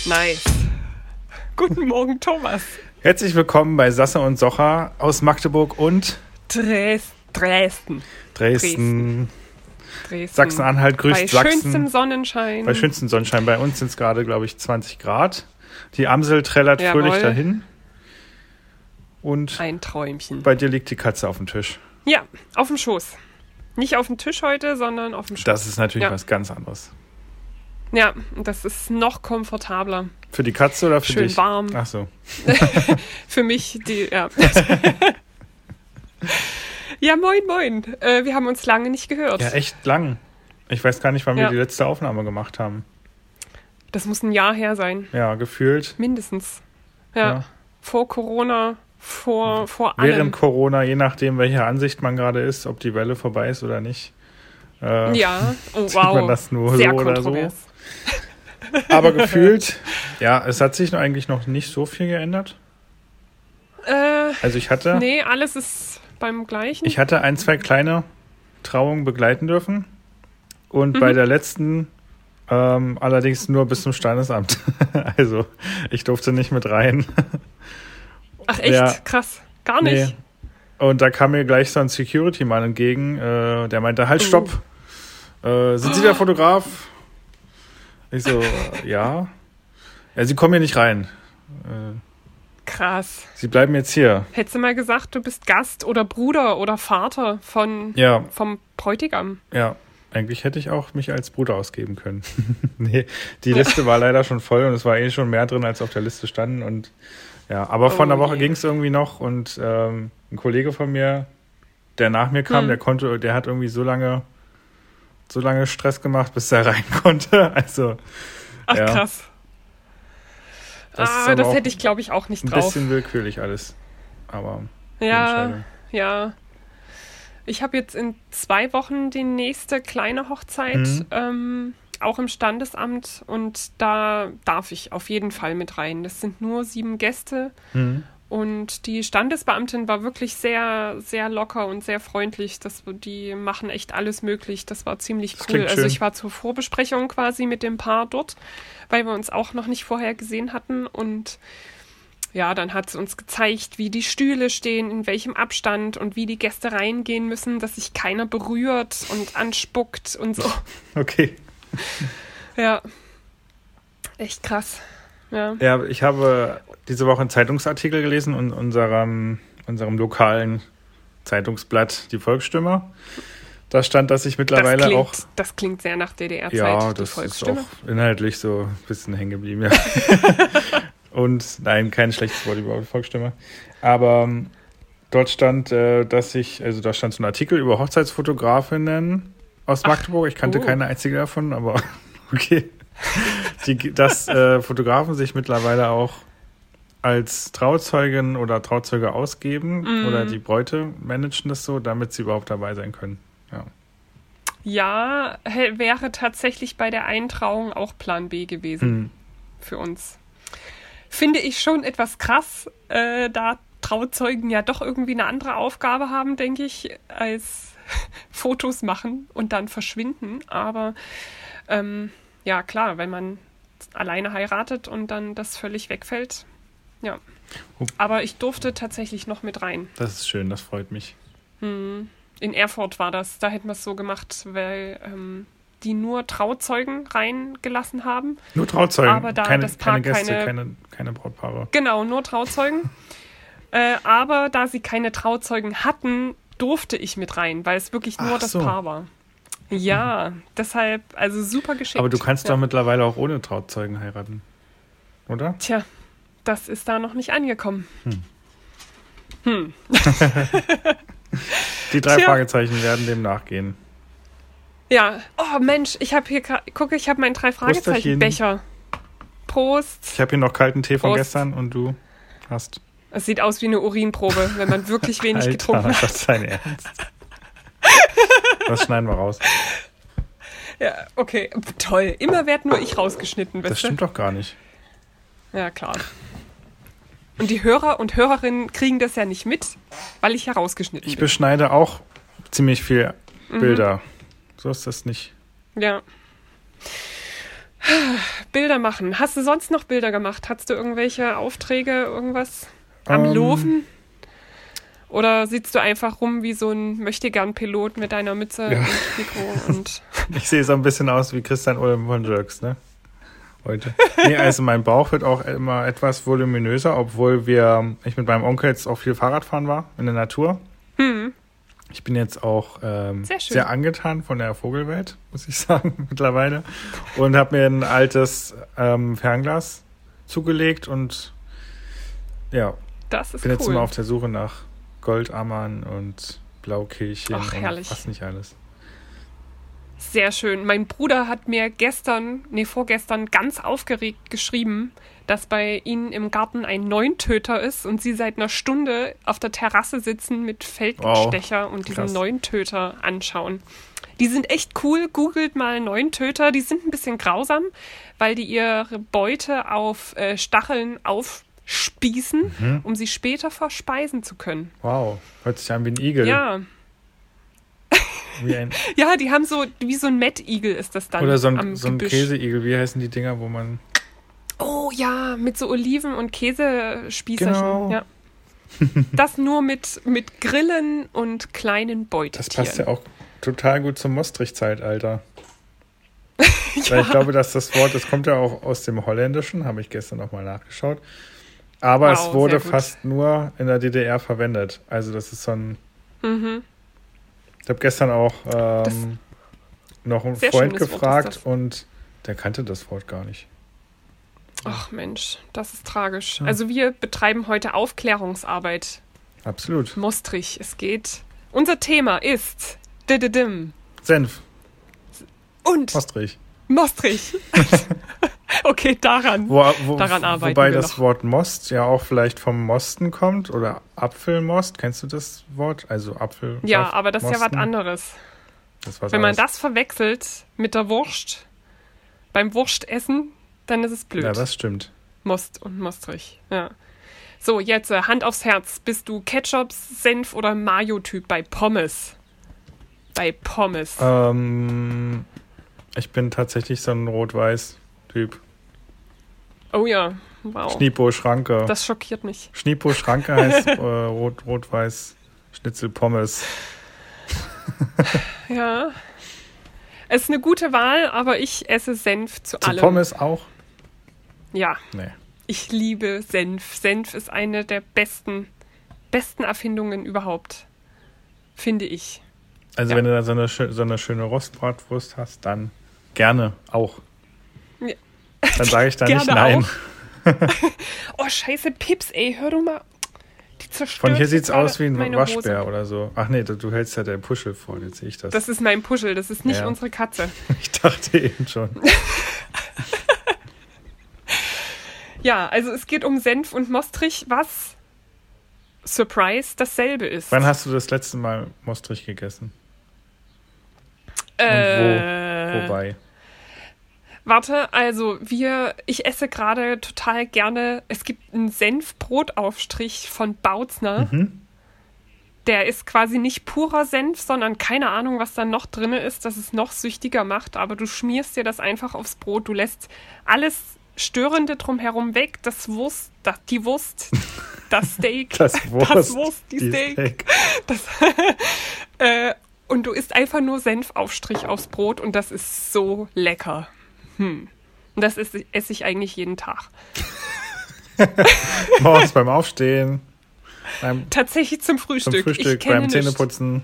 Nice. Guten Morgen, Thomas. Herzlich willkommen bei Sasse und Socha aus Magdeburg und Dresden. Sachsen-Anhalt grüßt bei Sachsen. Bei schönstem Sonnenschein. Bei schönstem Sonnenschein. Bei uns sind es gerade, glaube ich, 20 Grad. Die Amsel trällert fröhlich dahin. Und ein Träumchen. Bei dir liegt die Katze auf dem Tisch. Ja, auf dem Schoß. Nicht auf dem Tisch heute, sondern auf dem Schoß. Das ist natürlich was ganz anderes. Ja, das ist noch komfortabler. Für die Katze oder für dich? Schön warm. Ach so. Für mich, ja. Ja, moin. Wir haben uns lange nicht gehört. Ja, echt lang. Ich weiß gar nicht, wann wir die letzte Aufnahme gemacht haben. Das muss ein Jahr her sein. Ja, gefühlt. Mindestens. Ja. Vor Corona, vor allem. Während Corona, je nachdem, welcher Ansicht man gerade ist, ob die Welle vorbei ist oder nicht. Ja, sieht man das nur sehr so kontrovers. Oder so. Aber gefühlt, ja, es hat sich eigentlich noch nicht so viel geändert. Also ich hatte... Nee, alles ist beim Gleichen. Ich hatte 1, 2 kleine Trauungen begleiten dürfen. Und bei der letzten allerdings nur bis zum Standesamt. Also ich durfte nicht mit rein. Ach echt? Ja. Krass. Gar nicht? Nee. Und da kam mir gleich so ein Security-Mann entgegen. Der meinte, halt, stopp. Sind Sie der Fotograf? Ich so, ja. Ja, Sie kommen hier nicht rein. Krass. Sie bleiben jetzt hier. Hättest du mal gesagt, du bist Gast oder Bruder oder Vater vom Bräutigam. Ja, eigentlich hätte ich auch mich als Bruder ausgeben können. Nee, die Liste war leider schon voll und es war schon mehr drin, als auf der Liste standen. Und ja, aber vor einer Woche ging es irgendwie noch und ein Kollege von mir, der nach mir kam, der hat irgendwie so lange Stress gemacht, bis er rein konnte. Also, ach, ja. Krass. Das hätte ich, glaube ich, auch nicht drauf. Ein bisschen willkürlich alles. Aber ja. Ich habe jetzt in 2 Wochen die nächste kleine Hochzeit, auch im Standesamt. Und da darf ich auf jeden Fall mit rein. Das sind nur 7 Gäste. Und die Standesbeamtin war wirklich sehr, sehr locker und sehr freundlich. Die machen echt alles möglich. Das war ziemlich cool. Also ich war zur Vorbesprechung quasi mit dem Paar dort, weil wir uns auch noch nicht vorher gesehen hatten. Und ja, dann hat sie uns gezeigt, wie die Stühle stehen, in welchem Abstand und wie die Gäste reingehen müssen, dass sich keiner berührt und anspuckt und so. Okay. Ja, echt krass. Ja, ich habe diese Woche einen Zeitungsartikel gelesen in unserem lokalen Zeitungsblatt Die Volksstimme. Da stand, dass ich mittlerweile Das klingt sehr nach DDR-Zeit, ja, die Volksstimme. Ja, das ist auch inhaltlich so ein bisschen hängen geblieben, ja. Und nein, kein schlechtes Wort über die Volksstimme. Aber dort stand, da stand so ein Artikel über Hochzeitsfotografinnen aus Magdeburg. Ich kannte keine einzige davon, aber okay. Dass Fotografen sich mittlerweile auch als Trauzeugin oder Trauzeuge ausgeben oder die Bräute managen das so, damit sie überhaupt dabei sein können. Ja, wäre tatsächlich bei der Eintrauung auch Plan B gewesen für uns. Finde ich schon etwas krass, da Trauzeugen ja doch irgendwie eine andere Aufgabe haben, denke ich, als Fotos machen und dann verschwinden. Aber ja, klar, wenn man alleine heiratet und dann das völlig wegfällt. Ja. Aber ich durfte tatsächlich noch mit rein. Das ist schön, das freut mich. In Erfurt war das. Da hätten wir es so gemacht, weil die nur Trauzeugen reingelassen haben. Nur Trauzeugen? Aber da keine Gäste, keine Brautpaare? Genau, nur Trauzeugen. Aber da sie keine Trauzeugen hatten, durfte ich mit rein, weil es wirklich nur das Paar war. Ja, deshalb, also super geschickt. Aber du kannst doch mittlerweile auch ohne Trauzeugen heiraten, oder? Tja, das ist da noch nicht angekommen. Die 3 Fragezeichen werden dem nachgehen. Ja, oh Mensch, ich habe meinen 3 Fragezeichen-Becher. Prost. Ich habe hier noch kalten Tee von gestern und du hast... Es sieht aus wie eine Urinprobe, wenn man wirklich wenig getrunken hat. Das ist dein Ernst. Das schneiden wir raus. Ja, okay, toll. Immer werd nur ich rausgeschnitten, Das stimmt doch gar nicht. Ja, klar. Und die Hörer und Hörerinnen kriegen das ja nicht mit, weil ich ja rausgeschnitten bin. Ich beschneide auch ziemlich viel Bilder. So ist das nicht. Ja. Bilder machen. Hast du sonst noch Bilder gemacht? Hattest du irgendwelche Aufträge, irgendwas am Laufen? Oder sitzt du einfach rum wie so ein Möchtegern-Pilot mit deiner Mütze und Mikro? Und ich sehe so ein bisschen aus wie Christian Ulm von Jerks, ne? Heute. Nee, also mein Bauch wird auch immer etwas voluminöser, obwohl ich mit meinem Onkel jetzt auch viel Fahrradfahren war in der Natur. Ich bin jetzt auch sehr angetan von der Vogelwelt, muss ich sagen, mittlerweile. Und habe mir ein altes Fernglas zugelegt und ja, das ist bin jetzt cool. immer auf der Suche nach Goldammern und Blaukehlchen und was nicht alles. Sehr schön. Mein Bruder hat mir vorgestern ganz aufgeregt geschrieben, dass bei ihnen im Garten ein Neuntöter ist und sie seit einer Stunde auf der Terrasse sitzen mit Feldstecher und diesen Neuntöter anschauen. Die sind echt cool. Googelt mal Neuntöter. Die sind ein bisschen grausam, weil die ihre Beute auf Stacheln aufspießen, um sie später verspeisen zu können. Wow, hört sich an wie ein Igel. Ja. Ja, die haben wie so ein Mettigel ist das dann. Oder so ein Käseigel. Wie heißen die Dinger, wo man... Oh ja, mit so Oliven- und Käsespießerchen. Genau. Ja. Das nur mit Grillen und kleinen Beutetieren. Das passt ja auch total gut zum Mostrich-Zeitalter. Ja. Weil ich glaube, dass das Wort, das kommt ja auch aus dem Holländischen, habe ich gestern nochmal nachgeschaut. Aber es wurde fast nur in der DDR verwendet. Also das ist so ein... Ich habe gestern auch noch einen Freund gefragt und der kannte das Wort gar nicht. Ach Mensch, das ist tragisch. Ja. Also wir betreiben heute Aufklärungsarbeit. Absolut. Mostrich, unser Thema ist Senf. Und Mostrich. Okay, daran arbeiten wobei wir das Wort Most ja auch vielleicht vom Mosten kommt oder Apfelmost. Kennst du das Wort? Also Apfelsaft. Ja, aber das ist ja was anderes. Wenn man das verwechselt mit der Wurst, beim Wurstessen, dann ist es blöd. Ja, das stimmt. Most und Mostrich, ja. So, jetzt Hand aufs Herz. Bist du Ketchup, Senf oder Mayo-Typ bei Pommes? Bei Pommes. Ich bin tatsächlich so ein Rot-Weiß-Typ. Oh ja, wow. Schnipo-Schranke. Das schockiert mich. Schnipo-Schranke heißt Rot-Weiß-Schnitzel-Pommes. Ja. Es ist eine gute Wahl, aber ich esse Senf zu allem. Pommes auch? Ja. Nee. Ich liebe Senf. Senf ist eine der besten Erfindungen überhaupt. Finde ich. Also wenn du da so eine schöne Rostbratwurst hast, dann gerne auch. Ja. Dann sage ich da nicht nein. Oh, scheiße, Pips, ey, hör du mal. Die zerstört. Von hier sieht's aus wie ein Waschbär Hose. Oder so. Ach nee, du hältst ja den Puschel vor, jetzt sehe ich das. Das ist mein Puschel, das ist nicht unsere Katze. Ich dachte eben schon. Ja, also es geht um Senf und Mostrich, was, Surprise, dasselbe ist. Wann hast du das letzte Mal Mostrich gegessen? Und wobei? Warte, also ich esse gerade total gerne, es gibt einen Senfbrotaufstrich von Bautzner. Der ist quasi nicht purer Senf, sondern keine Ahnung, was da noch drin ist, dass es noch süchtiger macht, aber du schmierst dir das einfach aufs Brot, du lässt alles Störende drumherum weg, die Wurst, das Steak, die Steak. Und du isst einfach nur Senfaufstrich aufs Brot und das ist so lecker. Und das esse ich eigentlich jeden Tag. Morgens beim Aufstehen. Tatsächlich zum Frühstück. Beim Zähneputzen.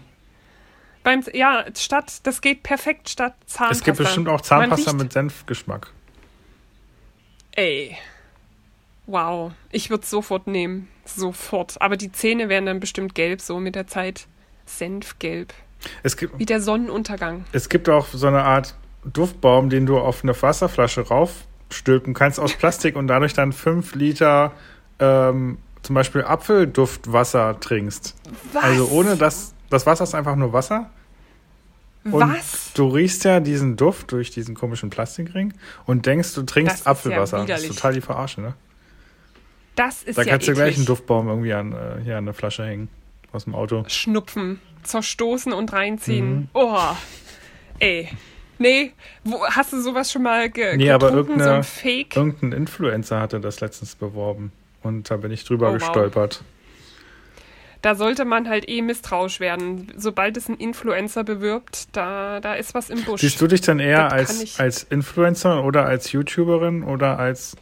Das geht perfekt statt Zahnpasta. Es gibt bestimmt auch Zahnpasta mit Senfgeschmack. Ey. Wow. Ich würde es sofort nehmen. Sofort. Aber die Zähne werden dann bestimmt gelb, so mit der Zeit. Senfgelb. Wie der Sonnenuntergang. Es gibt auch so eine Art Duftbaum, den du auf eine Wasserflasche raufstülpen kannst aus Plastik und dadurch dann 5 Liter zum Beispiel Apfelduftwasser trinkst. Was? Also ohne das Wasser ist einfach nur Wasser. Und du riechst ja diesen Duft durch diesen komischen Plastikring und denkst, du trinkst Apfelwasser. Ja, das ist total die Verarsche, ne? Das ist da kannst du gleich einen Duftbaum irgendwie an eine Flasche hängen aus dem Auto. Schnupfen, zerstoßen und reinziehen. Oh, ey. Nee, hast du sowas schon mal aber getrunken, so ein Fake? irgendein Influencer hatte das letztens beworben. Und da bin ich drüber gestolpert. Wow. Da sollte man halt misstrauisch werden. Sobald es ein Influencer bewirbt, da ist was im Busch. Siehst du dich dann eher als Influencer oder als YouTuberin oder als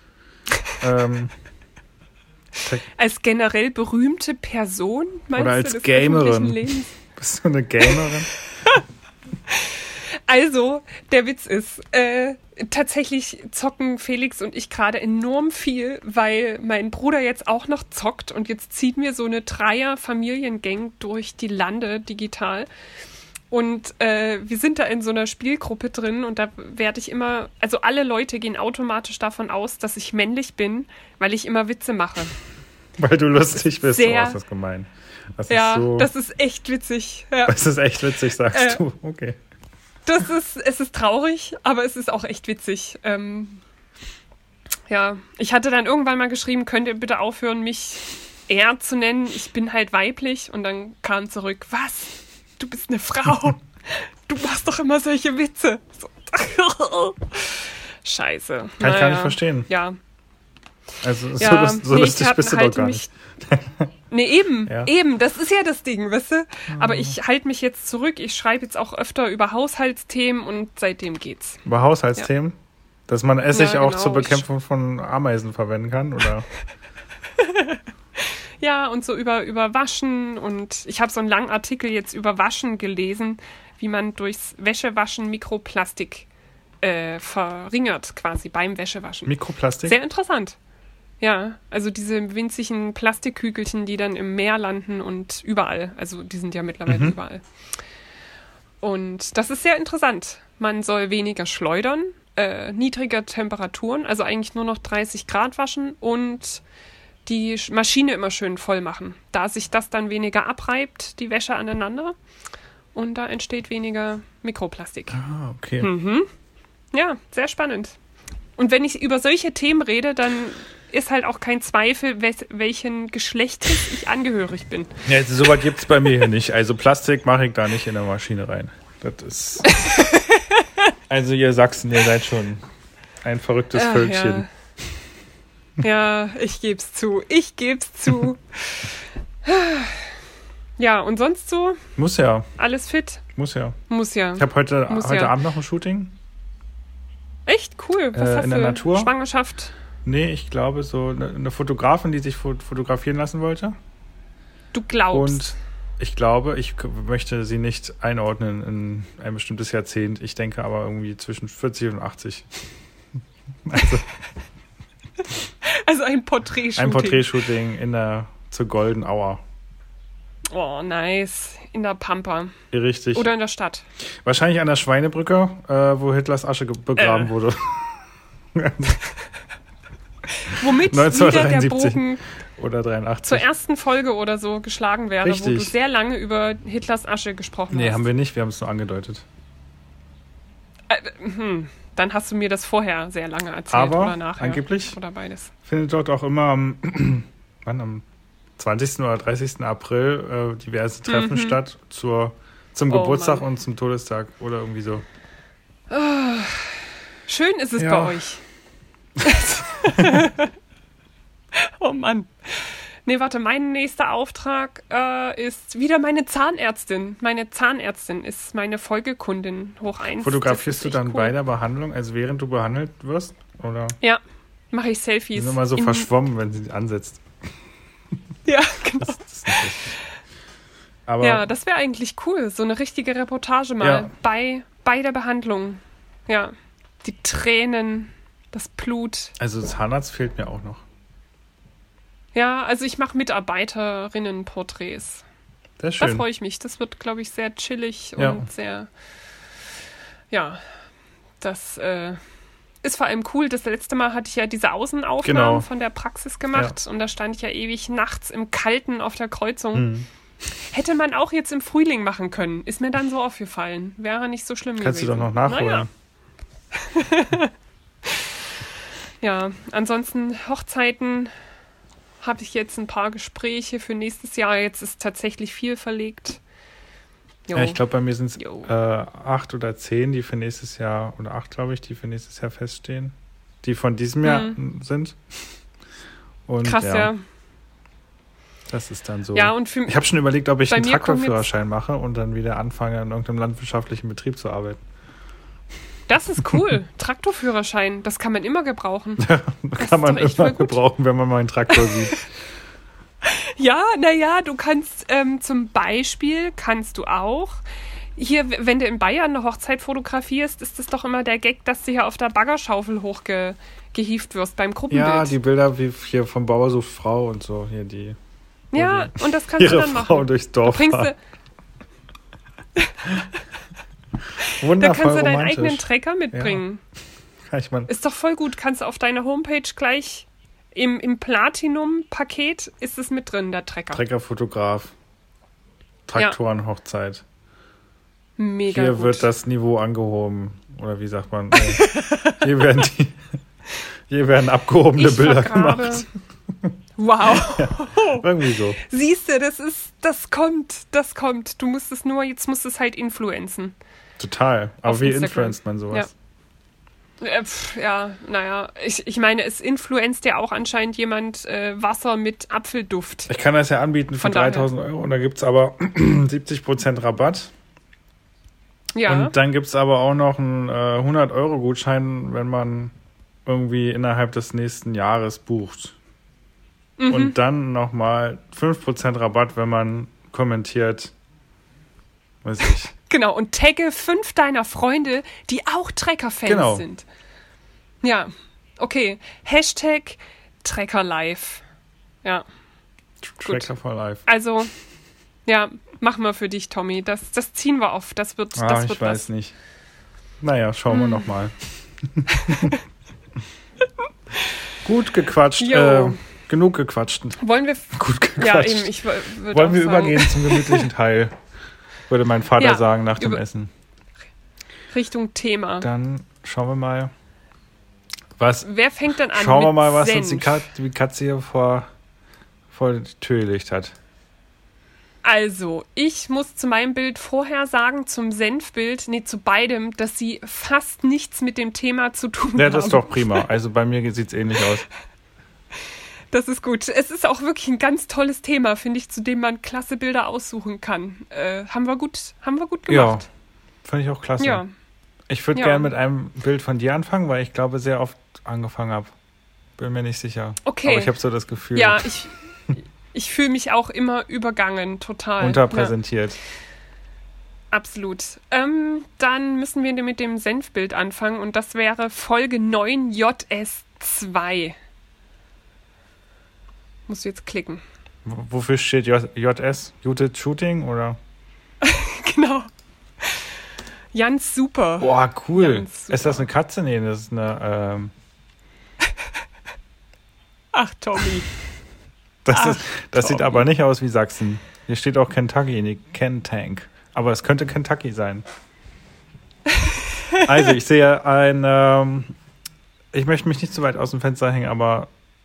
als generell berühmte Person? Meinst oder als du, des Gamerin? Bist du eine Gamerin? Also, der Witz ist, tatsächlich zocken Felix und ich gerade enorm viel, weil mein Bruder jetzt auch noch zockt und jetzt ziehen wir so eine Dreier-Familiengang durch die Lande digital. Und wir sind da in so einer Spielgruppe drin und da werde ich immer, also alle Leute gehen automatisch davon aus, dass ich männlich bin, weil ich immer Witze mache. Weil du lustig bist, sehr, ist das gemein. Das ja, ist so, das ist echt witzig. Ja. Das ist echt witzig, sagst du. Okay. Es ist traurig, aber es ist auch echt witzig. Ja, ich hatte dann irgendwann mal geschrieben, könnt ihr bitte aufhören, mich er zu nennen? Ich bin halt weiblich. Und dann kam zurück, was? Du bist eine Frau. Du machst doch immer solche Witze. So. Scheiße. Kann ich gar nicht verstehen. Ja. Also so lustig bist du doch gar nicht. Nee, eben, das ist ja das Ding, weißt du? Aber ich halte mich jetzt zurück, ich schreibe jetzt auch öfter über Haushaltsthemen und seitdem geht's. Über Haushaltsthemen? Ja. Dass man Essig auch genau, zur Bekämpfung von Ameisen verwenden kann, oder? Ja, und so über Waschen und ich habe so einen langen Artikel jetzt über Waschen gelesen, wie man durchs Wäschewaschen Mikroplastik verringert quasi beim Wäschewaschen. Mikroplastik? Sehr interessant. Ja, also diese winzigen Plastikkügelchen, die dann im Meer landen und überall. Also die sind ja mittlerweile überall. Und das ist sehr interessant. Man soll weniger schleudern, niedriger Temperaturen, also eigentlich nur noch 30 Grad waschen und die Maschine immer schön voll machen. Da sich das dann weniger abreibt, die Wäsche aneinander und da entsteht weniger Mikroplastik. Ah, okay. Ja, sehr spannend. Und wenn ich über solche Themen rede, dann ist halt auch kein Zweifel, welchen Geschlechtes ich angehörig bin. Ja, also sowas gibt es bei mir hier nicht. Also Plastik mache ich da nicht in der Maschine rein. Das ist. Also ihr Sachsen, ihr seid schon ein verrücktes Völkchen. Ja, ich geb's zu. Ja, und sonst so? Muss ja. Alles fit? Muss ja. Ich habe heute Abend noch ein Shooting. Echt cool. Was hast in der Natur? Schwangerschaft? Nee, ich glaube so eine Fotografin, die sich fotografieren lassen wollte. Du glaubst? Und ich glaube, ich möchte sie nicht einordnen in ein bestimmtes Jahrzehnt. Ich denke aber irgendwie zwischen 40 und 80. Also ein Porträtshooting. Ein Porträtshooting zur Golden Hour. Oh, nice. In der Pampa. Richtig. Oder in der Stadt. Wahrscheinlich an der Schweinebrücke, wo Hitlers Asche begraben wurde. Womit wieder der Bogen oder 83. zur ersten Folge oder so geschlagen wäre, Richtig. wo du sehr lange über Hitlers Asche gesprochen hast. Nee, haben wir nicht, wir haben es nur angedeutet. Dann hast du mir das vorher sehr lange erzählt aber oder nachher. Angeblich oder beides. Findet dort auch immer am 20. oder 30. April diverse Treffen statt zum Geburtstag und zum Todestag oder irgendwie so. Schön ist es bei euch. Oh Mann. Nee, warte, mein nächster Auftrag ist wieder meine Zahnärztin. Meine Zahnärztin ist meine Folgekundin hoch 1. Fotografierst du dann bei der Behandlung, also während du behandelt wirst? Oder? Ja, mache ich Selfies. Die sind immer so verschwommen, wenn sie ansetzt. Ja, genau. Das ist nicht richtig. Aber ja, das wäre eigentlich cool. So eine richtige Reportage mal bei der Behandlung. Ja, die Tränen, das Blut. Also Zahnarzt fehlt mir auch noch. Ja, also ich mache Mitarbeiterinnenporträts. Sehr schön. Da freue ich mich. Das wird, glaube ich, sehr chillig und sehr, das ist vor allem cool. Das letzte Mal hatte ich ja diese Außenaufnahmen von der Praxis gemacht und da stand ich ja ewig nachts im Kalten auf der Kreuzung. Hätte man auch jetzt im Frühling machen können. Ist mir dann so aufgefallen. Wäre nicht so schlimm Kannst gewesen. Du doch noch nachholen. Naja. Ja, ansonsten Hochzeiten habe ich jetzt ein paar Gespräche für nächstes Jahr. Jetzt ist tatsächlich viel verlegt. Jo. Ja, ich glaube, bei mir sind es Jo. 8 oder 10, die für nächstes Jahr, oder 8, glaube ich, die für nächstes Jahr feststehen. Die von diesem Jahr sind. Und Krass, ja. Das ist dann so. Ja, und Ich habe schon überlegt, ob ich bei einen mir kommen Traktorführerschein mache und dann wieder anfange, in irgendeinem landwirtschaftlichen Betrieb zu arbeiten. Das ist cool. Traktorführerschein, das kann man immer gebrauchen. Kann man immer gebrauchen, wenn man mal einen Traktor sieht. Ja, naja, du kannst zum Beispiel, kannst du auch, hier, wenn du in Bayern eine Hochzeit fotografierst, ist das doch immer der Gag, dass du hier auf der Baggerschaufel hochgehievt wirst beim Gruppenbild. Ja, die Bilder wie hier vom Bauer sucht Frau und so, hier die. Ja, und das kannst du dann machen. Frau durchs Dorf da Wundervoll kannst du deinen romantisch. eigenen Trecker mitbringen. Ja. Ich mein, ist doch voll gut. Kannst du auf deiner Homepage gleich im Platinum-Paket ist es mit drin, der Trecker. Treckerfotograf. Traktorenhochzeit. Mega Hier gut. wird das Niveau angehoben. Oder wie sagt man? Hier werden abgehobene Bilder gemacht. Wow. Ja, irgendwie so. Siehst du, das kommt. Jetzt musst du es halt influenzen. Total. Aber Auf wie Instagram. influenzt man sowas? Ja, naja, ich meine, es influenzt ja auch anscheinend jemand Wasser mit Apfelduft. Ich kann das ja anbieten für 3.000 Euro und da gibt es aber 70% Rabatt. Ja. Und dann gibt es aber auch noch einen 100-Euro-Gutschein, wenn man irgendwie innerhalb des nächsten Jahres bucht. Und dann nochmal 5% Rabatt, wenn man kommentiert, weiß ich. Genau, und tagge 5 deiner Freunde, die auch Trecker-Fans sind. Ja, okay. Hashtag TreckerLife. Ja. Trecker for Life. Also, ja, machen wir für dich, Tommy. Das ziehen wir auf. Das wird ich weiß nicht. Naja, schauen wir nochmal. Gut gequatscht. Genug gequatscht. Wollen wir... Gut gequatscht. Ja, eben, wollen wir übergehen zum gemütlichen Teil? Würde mein Vater sagen nach dem Essen. Richtung Thema. Dann schauen wir mal. Wer fängt dann an? Schauen wir mal, was Senf? uns die Katze hier vor die Tür gelegt hat. Also, ich muss zu meinem Bild vorher sagen, zum Senfbild, zu beidem, dass sie fast nichts mit dem Thema zu tun haben. Ja, das ist doch prima. Also bei mir sieht es ähnlich aus. Das ist gut. Es ist auch wirklich ein ganz tolles Thema, finde ich, zu dem man klasse Bilder aussuchen kann. Haben wir gut gemacht. Ja, fand ich auch klasse. Ja. Ich würde gerne mit einem Bild von dir anfangen, weil ich glaube, sehr oft angefangen habe. Bin mir nicht sicher. Okay. Aber ich habe so das Gefühl. Ja, ich fühle mich auch immer übergangen, total. Unterpräsentiert. Ja. Absolut. Dann müssen wir mit dem Senfbild anfangen und das wäre Folge 9 JS2. Musst du jetzt klicken. Wofür steht JS? Judith Shooting oder? Genau. Ganz super. Boah, cool. Super. Ist das eine Katze? Nee, das ist eine... Ach, Tommy. Das sieht aber nicht aus wie Sachsen. Hier steht auch Kentucky, nee, Ken-Tank. Aber es könnte Kentucky sein. Also, ich sehe ich möchte mich nicht zu weit aus dem Fenster hängen, aber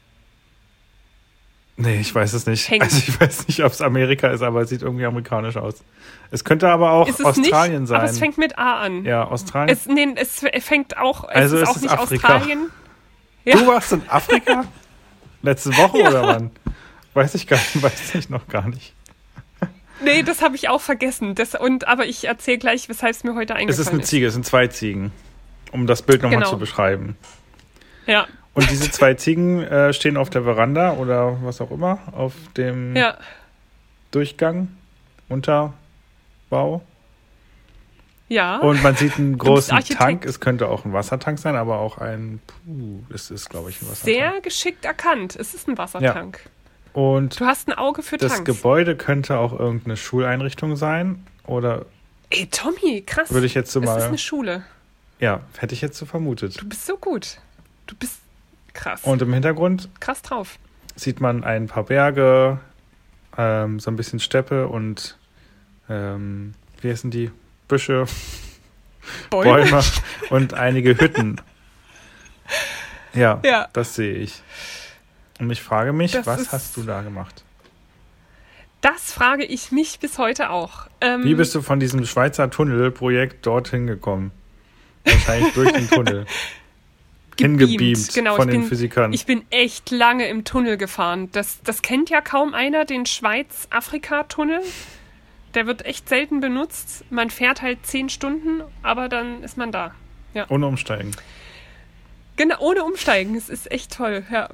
nee, ich weiß es nicht. Also ich weiß nicht, ob es Amerika ist, aber es sieht irgendwie amerikanisch aus. Es könnte aber auch Australien nicht, sein. Aber es fängt mit A an. Ja, Australien. Es fängt auch, also ist auch nicht Afrika. Australien. Ja. Du warst in Afrika? Letzte Woche oder wann? Weiß ich noch gar nicht. Nee, das habe ich auch vergessen. Aber ich erzähle gleich, weshalb es mir heute eingefallen ist. Es ist eine Ziege, es sind 2 Ziegen, um das Bild nochmal zu beschreiben. Ja. Und diese 2 Ziegen stehen auf der Veranda oder was auch immer, auf dem Durchgang, Unterbau. Ja. Und man sieht einen großen Tank. Es könnte auch ein Wassertank sein, aber auch es ist, glaube ich, ein Wassertank. Sehr geschickt erkannt. Es ist ein Wassertank. Ja. Und du hast ein Auge für Tanks. Das Gebäude könnte auch irgendeine Schuleinrichtung sein oder... Ey, Tommy, krass. Würde ich jetzt so mal... Es ist eine Schule. Ja, hätte ich jetzt so vermutet. Du bist so gut. Du bist krass. Und im Hintergrund... Krass drauf. Sieht man ein paar Berge, so ein bisschen Steppe und wie heißen die? Büsche, Bäume und einige Hütten. Ja, das sehe ich. Und ich frage mich, was hast du da gemacht? Das frage ich mich bis heute auch. Wie bist du von diesem Schweizer Tunnelprojekt dorthin gekommen? Wahrscheinlich durch den Tunnel. Hingebeamt genau, von den Physikern. Ich bin echt lange im Tunnel gefahren. Das kennt ja kaum einer, den Schweiz-Afrika-Tunnel. Der wird echt selten benutzt. Man fährt halt 10 Stunden, aber dann ist man da. Ja. Ohne umsteigen. Genau, ohne umsteigen. Es ist echt toll, ja.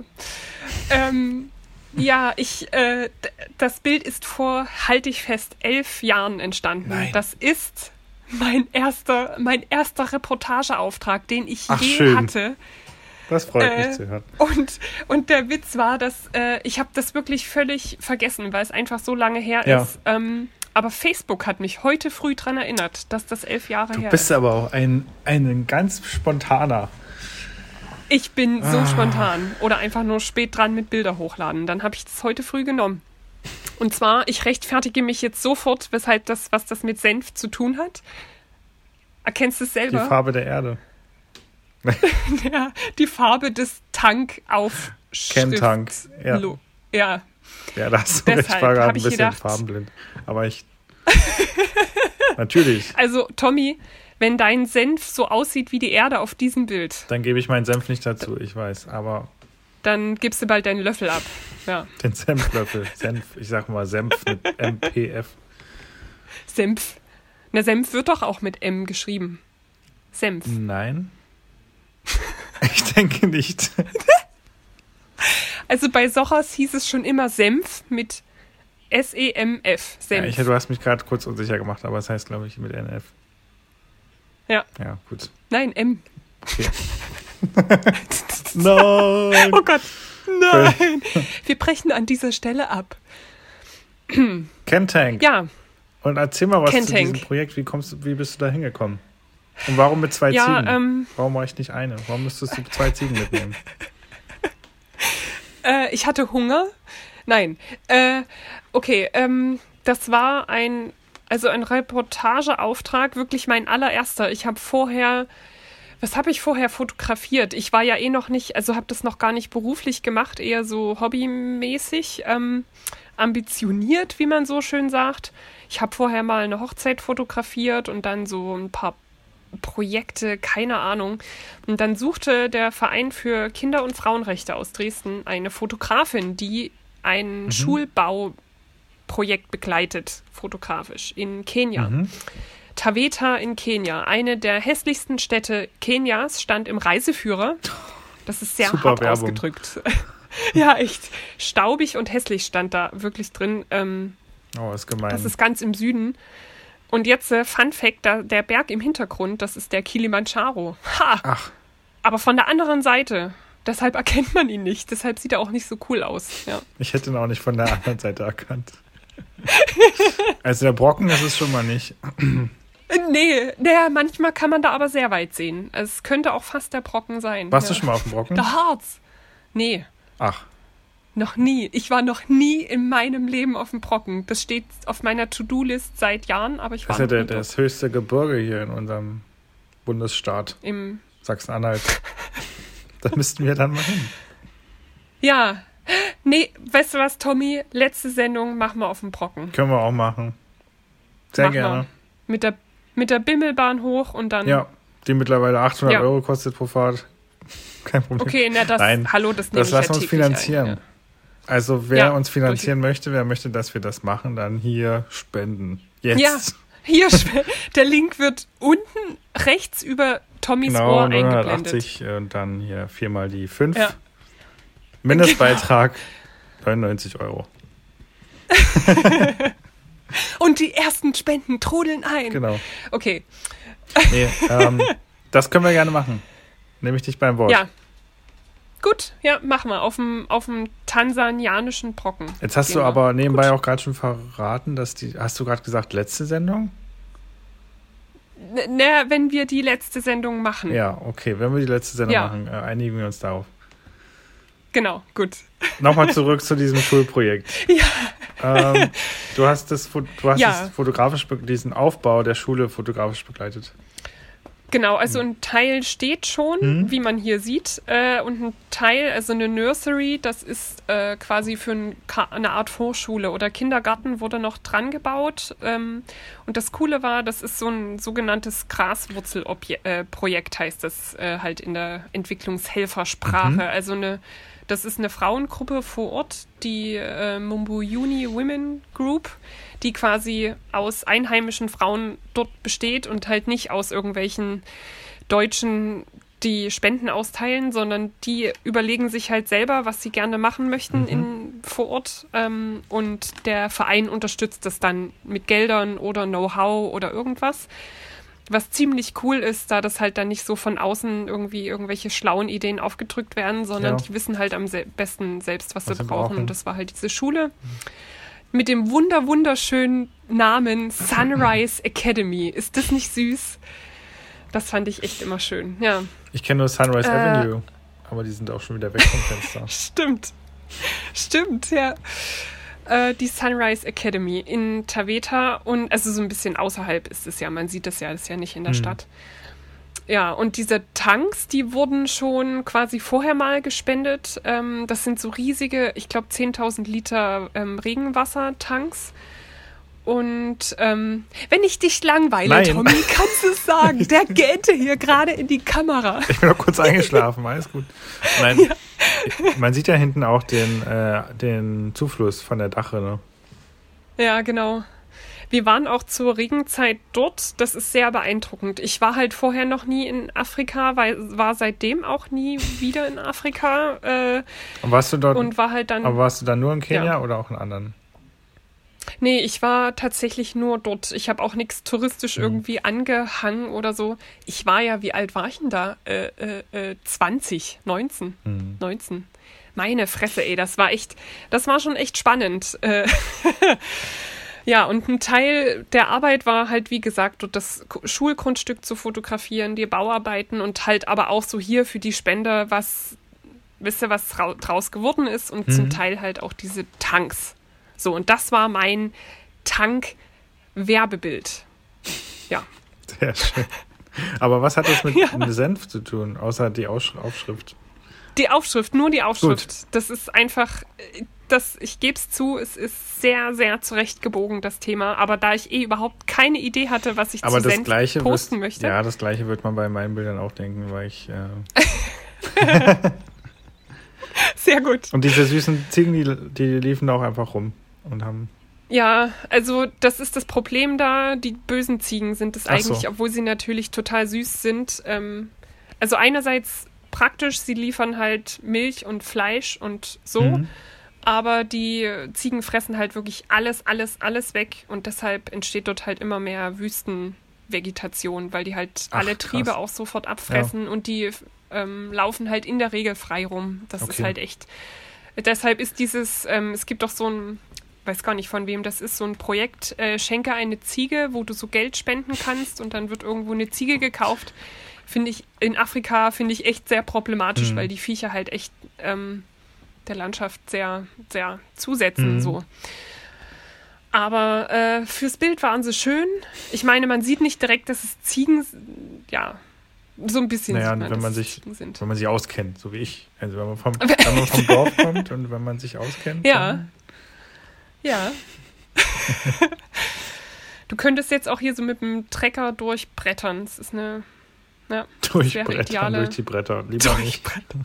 Ja, das Bild ist vor, halte ich fest, 11 Jahren entstanden. Nein. Das ist mein erster Reportageauftrag, den ich schön. hatte. Das freut mich zu hören. Und der Witz war, dass ich habe das wirklich völlig vergessen, weil es einfach so lange her ist. Aber Facebook hat mich heute früh daran erinnert, dass das 11 Jahre her ist. Du bist aber auch ein ganz spontaner. Ich bin so spontan oder einfach nur spät dran mit Bilder hochladen. Dann habe ich das heute früh genommen. Und zwar, ich rechtfertige mich jetzt sofort, was das mit Senf zu tun hat. Erkennst du es selber? Die Farbe der Erde. Ja, die Farbe des Tankaufschrifts. Ken-Tank, ja. Ja. Ja, da hast du recht, ich war gerade ein bisschen farbenblind. Aber natürlich. Also, Tommy, wenn dein Senf so aussieht wie die Erde auf diesem Bild. Dann gebe ich meinen Senf nicht dazu, ich weiß, aber... Dann gibst du bald deinen Löffel ab. Ja. Den Senflöffel. Ich sag mal Senf mit MPF. Senf. Na, Senf wird doch auch mit M geschrieben. Senf. Nein. Ich denke nicht. Also bei Sochers hieß es schon immer Senf mit S-E-M-F. Senf. Ja, du hast mich gerade kurz unsicher gemacht, aber es heißt, glaube ich, mit NF. Ja. Ja, gut. Nein, M. Okay. Nein! Oh Gott, nein! Wir brechen an dieser Stelle ab. Ken-Tank. Ja. Und erzähl mal was Ken-Tank. zu diesem Projekt. Wie bist du da hingekommen? Und warum mit 2 Ziegen? Warum war ich nicht eine? Warum müsstest du 2 Ziegen mitnehmen? Ich hatte Hunger. Nein. Okay, das war ein Reportageauftrag, wirklich mein allererster. Was habe ich vorher fotografiert? Ich war ja noch nicht, also habe das noch gar nicht beruflich gemacht, eher so hobbymäßig, ambitioniert, wie man so schön sagt. Ich habe vorher mal eine Hochzeit fotografiert und dann so ein paar Projekte, keine Ahnung. Und dann suchte der Verein für Kinder- und Frauenrechte aus Dresden eine Fotografin, die ein Schulbauprojekt begleitet, fotografisch, in Kenia. Taveta in Kenia, eine der hässlichsten Städte Kenias, stand im Reiseführer. Das ist sehr Super hart Werbung. ausgedrückt. Ja, echt. Staubig und hässlich stand da wirklich drin. Ist gemein. Das ist ganz im Süden. Und jetzt, Fun Fact, der Berg im Hintergrund, das ist der Kilimanjaro. Ha! Ach. Aber von der anderen Seite. Deshalb erkennt man ihn nicht. Deshalb sieht er auch nicht so cool aus. Ja. Ich hätte ihn auch nicht von der anderen Seite erkannt. Also der Brocken ist es schon mal nicht. Nee, manchmal kann man da aber sehr weit sehen. Also es könnte auch fast der Brocken sein. Warst du schon mal auf dem Brocken? Der Harz. Nee. Ach. Noch nie. Ich war noch nie in meinem Leben auf dem Brocken. Das steht auf meiner To-Do-List seit Jahren, aber ich war noch nie dort. Das höchste Gebirge hier in unserem Bundesstaat. Im Sachsen-Anhalt. Da müssten wir dann mal hin. Ja. Nee, weißt du was, Tommy? Letzte Sendung machen wir auf dem Brocken. Können wir auch machen. Sehr gerne. Mit der Bimmelbahn hoch und dann... Ja, die mittlerweile 800 Euro kostet pro Fahrt. Kein Problem. Okay, das nehme ich das lassen wir uns finanzieren. Ein, ja. Also wer uns finanzieren möchte, wer möchte, dass wir das machen, dann hier spenden. Jetzt. Ja, hier der Link wird unten rechts über Tommys Ohr eingeblendet. 980 und dann hier 4 mal die 5. Ja. Mindestbeitrag 99 Euro. Und die ersten Spenden trudeln ein. Genau. Okay. Nee, das können wir gerne machen. Nehme ich dich beim Wort. Ja. Gut, ja, machen wir. Auf dem tansanianischen Brocken. Jetzt hast du aber nebenbei auch gerade schon verraten, hast du gerade gesagt, letzte Sendung? Wenn wir die letzte Sendung machen. Ja, okay, wenn wir die letzte Sendung machen, einigen wir uns darauf. Genau, gut. Nochmal zurück zu diesem Schulprojekt. Ja. Du hast diesen Aufbau der Schule fotografisch begleitet. Genau, also ein Teil steht schon, wie man hier sieht, und ein Teil, also eine Nursery, das ist quasi für eine Art Vorschule oder Kindergarten, wurde noch dran gebaut. Und das Coole war, das ist so ein sogenanntes Graswurzelprojekt, heißt das halt in der Entwicklungshelfersprache. Also das ist eine Frauengruppe vor Ort, die Mumbuyuni Women Group, die quasi aus einheimischen Frauen dort besteht und halt nicht aus irgendwelchen Deutschen, die Spenden austeilen, sondern die überlegen sich halt selber, was sie gerne machen möchten vor Ort. Und der Verein unterstützt das dann mit Geldern oder Know-how oder irgendwas. Was ziemlich cool ist, da das halt dann nicht so von außen irgendwie irgendwelche schlauen Ideen aufgedrückt werden, sondern die wissen halt am besten selbst, was sie brauchen. Und das war halt diese Schule mit dem wunderschönen Namen Sunrise Academy. Ist das nicht süß? Das fand ich echt immer schön, ja. Ich kenne nur Sunrise Avenue, aber die sind auch schon wieder weg vom Fenster. Stimmt, ja. Die Sunrise Academy in Taveta und also so ein bisschen außerhalb ist es ja, man sieht das ist ja nicht in der Stadt. Ja, und diese Tanks, die wurden schon quasi vorher mal gespendet. Das sind so riesige, ich glaube 10.000 Liter Regenwassertanks. Und wenn ich dich langweile, Tommy, kannst du es sagen. Der gähnte hier gerade in die Kamera. Ich bin noch kurz eingeschlafen, alles gut. Nein, man sieht ja hinten auch den Zufluss von der Dachrinne. Ja, genau. Wir waren auch zur Regenzeit dort. Das ist sehr beeindruckend. Ich war halt vorher noch nie in Afrika, war seitdem auch nie wieder in Afrika. Und warst du dort? Und war halt dann. Aber warst du dann nur in Kenia oder auch in anderen? Nee, ich war tatsächlich nur dort. Ich habe auch nichts touristisch irgendwie angehangen oder so. Ich war ja, wie alt war ich denn da? 19. Meine Fresse, ey, das war schon echt spannend. Ja, und ein Teil der Arbeit war halt, wie gesagt, das Schulgrundstück zu fotografieren, die Bauarbeiten und halt aber auch so hier für die Spender, wisst ihr, was draus geworden ist und zum Teil halt auch diese Tanks. So, und das war mein Tank-Werbebild. Ja. Sehr schön. Aber was hat das mit Senf zu tun, außer die Aufschrift? Nur die Aufschrift. Gut. Das ist einfach, ich gebe es zu, es ist sehr, sehr zurechtgebogen, das Thema. Aber da ich überhaupt keine Idee hatte, was ich zu Senf posten möchte. Ja, das Gleiche wird man bei meinen Bildern auch denken, weil ich... Sehr gut. Und diese süßen Ziegen, die liefen da auch einfach rum und haben... Ja, also das ist das Problem da. Die bösen Ziegen sind es eigentlich, obwohl sie natürlich total süß sind. Also einerseits praktisch, sie liefern halt Milch und Fleisch und so, aber die Ziegen fressen halt wirklich alles weg und deshalb entsteht dort halt immer mehr Wüstenvegetation, weil die halt alle Triebe auch sofort abfressen und die laufen halt in der Regel frei rum. Das ist halt echt... Deshalb ist dieses, es gibt doch so ein, weiß gar nicht von wem das ist, so ein Projekt, Schenke eine Ziege, wo du so Geld spenden kannst und dann wird irgendwo eine Ziege gekauft. In Afrika finde ich echt sehr problematisch, weil die Viecher halt echt der Landschaft sehr, sehr zusetzen, so. Aber fürs Bild waren sie schön. Ich meine, man sieht nicht direkt, dass es Ziegen, so ein bisschen sieht man, wenn man sich auskennt, so wie ich. Also wenn man vom Dorf kommt und wenn man sich auskennt. Ja. Du könntest jetzt auch hier so mit dem Trecker durchbrettern. Das ist eine... Ja, durchbrettern durch die Bretter. Lieber nicht.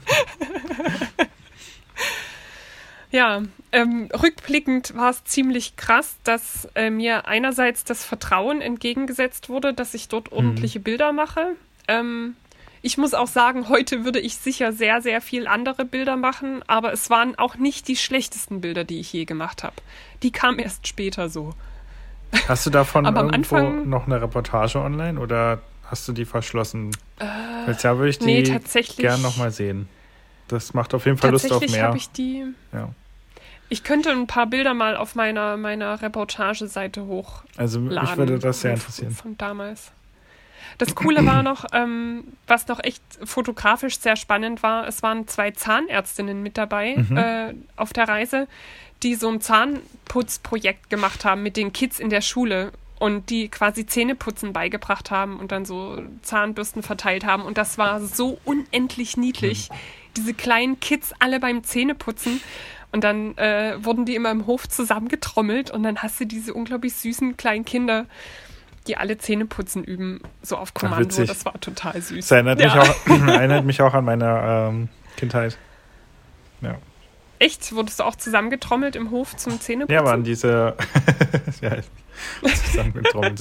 Ja, rückblickend war es ziemlich krass, dass mir einerseits das Vertrauen entgegengesetzt wurde, dass ich dort ordentliche Bilder mache. Ich muss auch sagen, heute würde ich sicher sehr, sehr viel andere Bilder machen, aber es waren auch nicht die schlechtesten Bilder, die ich je gemacht habe. Die kamen erst später so. Hast du davon irgendwo noch eine Reportage online oder hast du die verschlossen? Jetzt würde ich die gern nochmal sehen. Das macht auf jeden Fall Lust auf mehr. Tatsächlich habe ich die... Ja. Ich könnte ein paar Bilder mal auf meiner Reportageseite hochladen. Also mich würde das sehr interessieren. Von damals. Das Coole war noch, was noch echt fotografisch sehr spannend war, es waren 2 Zahnärztinnen mit dabei auf der Reise, die so ein Zahnputzprojekt gemacht haben mit den Kids in der Schule. und die quasi Zähneputzen beigebracht haben und dann so Zahnbürsten verteilt haben. Und das war so unendlich niedlich. Diese kleinen Kids alle beim Zähneputzen. Und dann wurden die immer im Hof zusammengetrommelt und dann hast du diese unglaublich süßen kleinen Kinder, die alle Zähneputzen üben, so auf Kommando. Ach, das war total süß. Das erinnert mich auch an meine Kindheit. Ja. Echt? Wurdest du auch zusammengetrommelt im Hof zum Zähneputzen? Ja, waren diese zusammengetrommelt.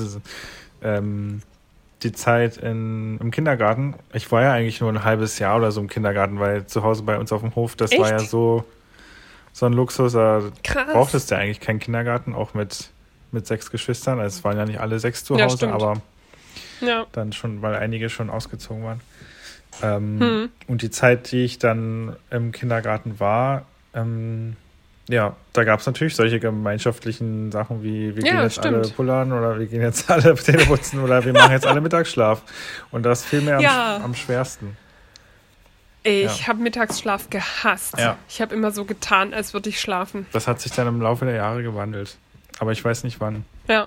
Die Zeit im Kindergarten. Ich war ja eigentlich nur ein halbes Jahr oder so im Kindergarten, weil zu Hause bei uns auf dem Hof, das Echt? war ja so ein Luxus. Da Krass. brauchtest du eigentlich keinen Kindergarten, auch mit 6 Geschwistern. Also es waren ja nicht alle 6 zu Ja, Hause, stimmt. aber Ja. dann schon, weil einige schon ausgezogen waren. Und die Zeit, die ich dann im Kindergarten war, ja, da gab es natürlich solche gemeinschaftlichen Sachen wie wir gehen jetzt alle pullern oder wir gehen jetzt alle Zähne putzen oder wir machen jetzt alle Mittagsschlaf. Und das fiel mir am schwersten. Ich habe Mittagsschlaf gehasst. Ja. Ich habe immer so getan, als würde ich schlafen. Das hat sich dann im Laufe der Jahre gewandelt. Aber ich weiß nicht wann. Ja.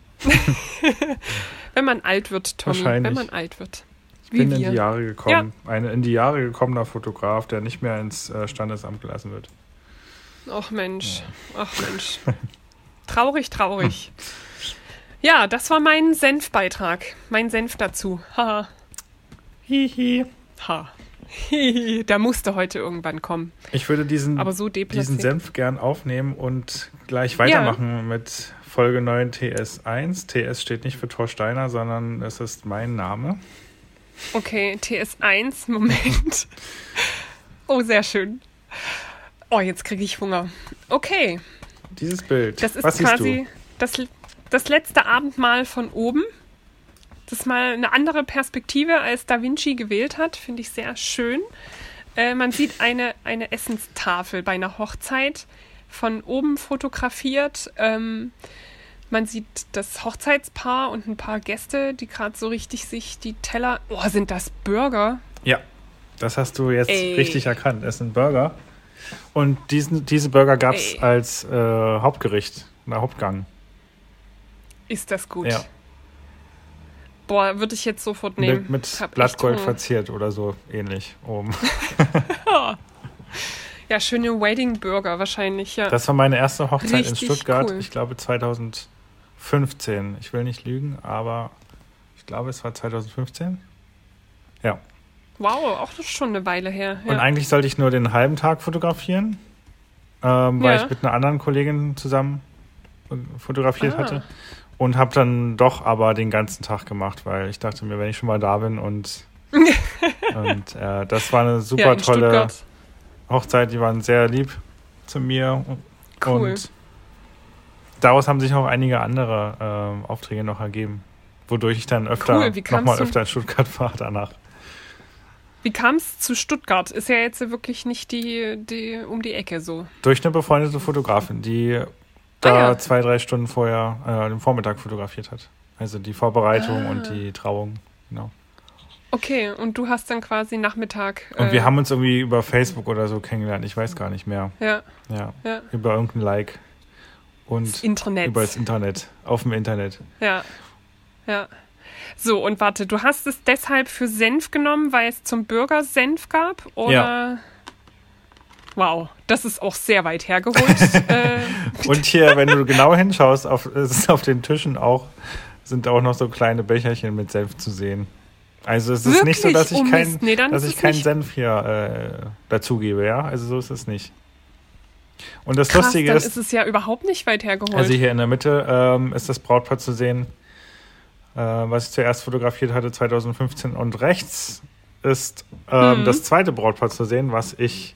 Wenn man alt wird, Tommy. Wahrscheinlich. Wenn man alt wird. Ich bin in die Jahre gekommen. Ja. Ein in die Jahre gekommener Fotograf, der nicht mehr ins Standesamt gelassen wird. Ach Mensch. Ja. Ach Mensch. Traurig, traurig. Ja, das war mein Senfbeitrag. Mein Senf dazu. Haha. Hihi. Ha. Hihi. Der musste heute irgendwann kommen. Ich würde diesen Senf gern aufnehmen und gleich weitermachen mit Folge 9 TS1. TS steht nicht für Thor Steiner, sondern es ist mein Name. Okay, TS1, Moment. Oh, sehr schön. Oh, jetzt kriege ich Hunger. Okay. Dieses Bild. Das ist Was quasi das letzte Abendmahl von oben. Das ist mal eine andere Perspektive, als Da Vinci gewählt hat. Finde ich sehr schön. Man sieht eine Essenstafel bei einer Hochzeit von oben fotografiert. Man sieht das Hochzeitspaar und ein paar Gäste, die gerade so richtig sich die Teller... Oh, sind das Burger? Ja, das hast du jetzt richtig erkannt. Es sind Burger. Und diese Burger gab es als Hauptgericht, Hauptgang. Ist das gut? Ja. Boah, würde ich jetzt sofort nehmen. Mit Blattgold verziert oder so ähnlich oben. Ja, schöne Wedding Burger wahrscheinlich, ja. Das war meine erste Hochzeit richtig in Stuttgart. Cool. Ich glaube 2015. Ich will nicht lügen, aber ich glaube, es war 2015. Ja. Wow, auch das ist schon eine Weile her. Ja. Und eigentlich sollte ich nur den halben Tag fotografieren, weil ich mit einer anderen Kollegin zusammen fotografiert hatte. Und habe dann doch aber den ganzen Tag gemacht, weil ich dachte mir, wenn ich schon mal da bin und das war eine super tolle Stuttgart. Hochzeit, die waren sehr lieb zu mir. Cool. Und daraus haben sich auch einige andere Aufträge noch ergeben, wodurch ich dann öfter in Stuttgart war danach. Wie kam es zu Stuttgart? Ist ja jetzt wirklich nicht die um die Ecke so. Durch eine befreundete Fotografin, die da 2-3 Stunden vorher den Vormittag fotografiert hat. Also die Vorbereitung und die Trauung, genau. Okay, und du hast dann quasi Nachmittag... Und wir haben uns irgendwie über Facebook oder so kennengelernt, ich weiß gar nicht mehr. Ja. Über irgendein Like. Und das Internet. Über das Internet, auf dem Internet. Ja. So, und warte, du hast es deshalb für Senf genommen, weil es zum Burger Senf gab? Oder? Ja. Wow, das ist auch sehr weit hergeholt. Und hier, wenn du genau hinschaust, auf den Tischen sind auch noch so kleine Becherchen mit Senf zu sehen. Also es ist wirklich? Nicht so, dass ich keinen Senf hier dazugebe, ja? Also so ist es nicht. Und das Krass, Lustige dann ist es ja überhaupt nicht weit hergeholt. Also hier in der Mitte ist das Brautpaar zu sehen, was ich zuerst fotografiert hatte, 2015. Und rechts ist das zweite Brautpaar zu sehen, was ich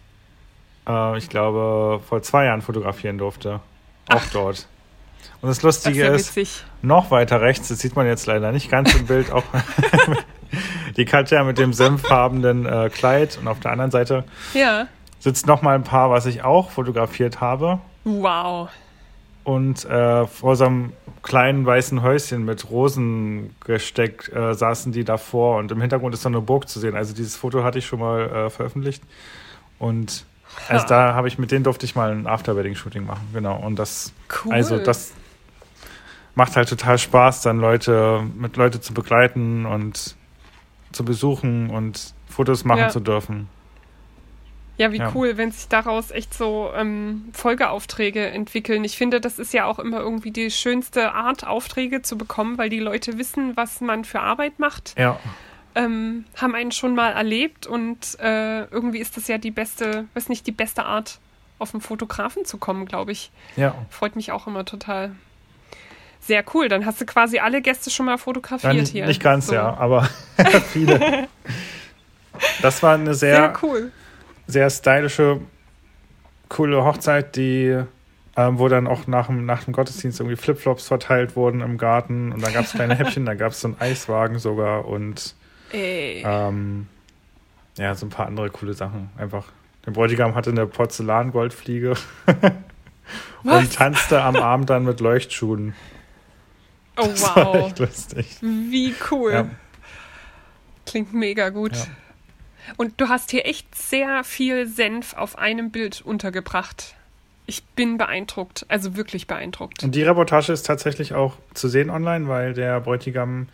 glaube, vor 2 Jahren fotografieren durfte. Auch dort. Und das Lustige ist, noch weiter rechts, das sieht man jetzt leider nicht ganz im Bild, auch die Katja mit dem senffarbenen Kleid. Und auf der anderen Seite sitzt noch mal ein Paar, was ich auch fotografiert habe. Wow. Und vor so einem kleinen weißen Häuschen mit Rosen gesteckt saßen die davor. Und im Hintergrund ist so eine Burg zu sehen. Also dieses Foto hatte ich schon mal veröffentlicht. Und also mit denen durfte ich mal ein After-Wedding-Shooting machen. Genau. Und das, cool. Also das macht halt total Spaß, dann Leute zu begleiten und zu besuchen und Fotos machen zu dürfen. Ja, wie cool, wenn sich daraus echt so Folgeaufträge entwickeln. Ich finde, das ist ja auch immer irgendwie die schönste Art, Aufträge zu bekommen, weil die Leute wissen, was man für Arbeit macht. Ja. Haben einen schon mal erlebt und irgendwie ist das ja die beste Art, auf einen Fotografen zu kommen, glaube ich. Ja. Freut mich auch immer total. Sehr cool, dann hast du quasi alle Gäste schon mal fotografiert hier. Nicht ganz, so. Ja, aber viele. Das war eine sehr cool. Sehr stylische, coole Hochzeit, wo dann auch nach dem Gottesdienst irgendwie Flipflops verteilt wurden im Garten und dann gab es kleine Häppchen, da gab es so einen Eiswagen sogar und so ein paar andere coole Sachen. Einfach, der Bräutigam hatte eine Porzellan-Goldfliege und tanzte am Abend dann mit Leuchtschuhen. Oh, das wow. war echt lustig. Wie cool. Ja. Klingt mega gut. Ja. Und du hast hier echt sehr viel Senf auf einem Bild untergebracht. Ich bin beeindruckt, also wirklich beeindruckt. Und die Reportage ist tatsächlich auch zu sehen online, weil der Bräutigam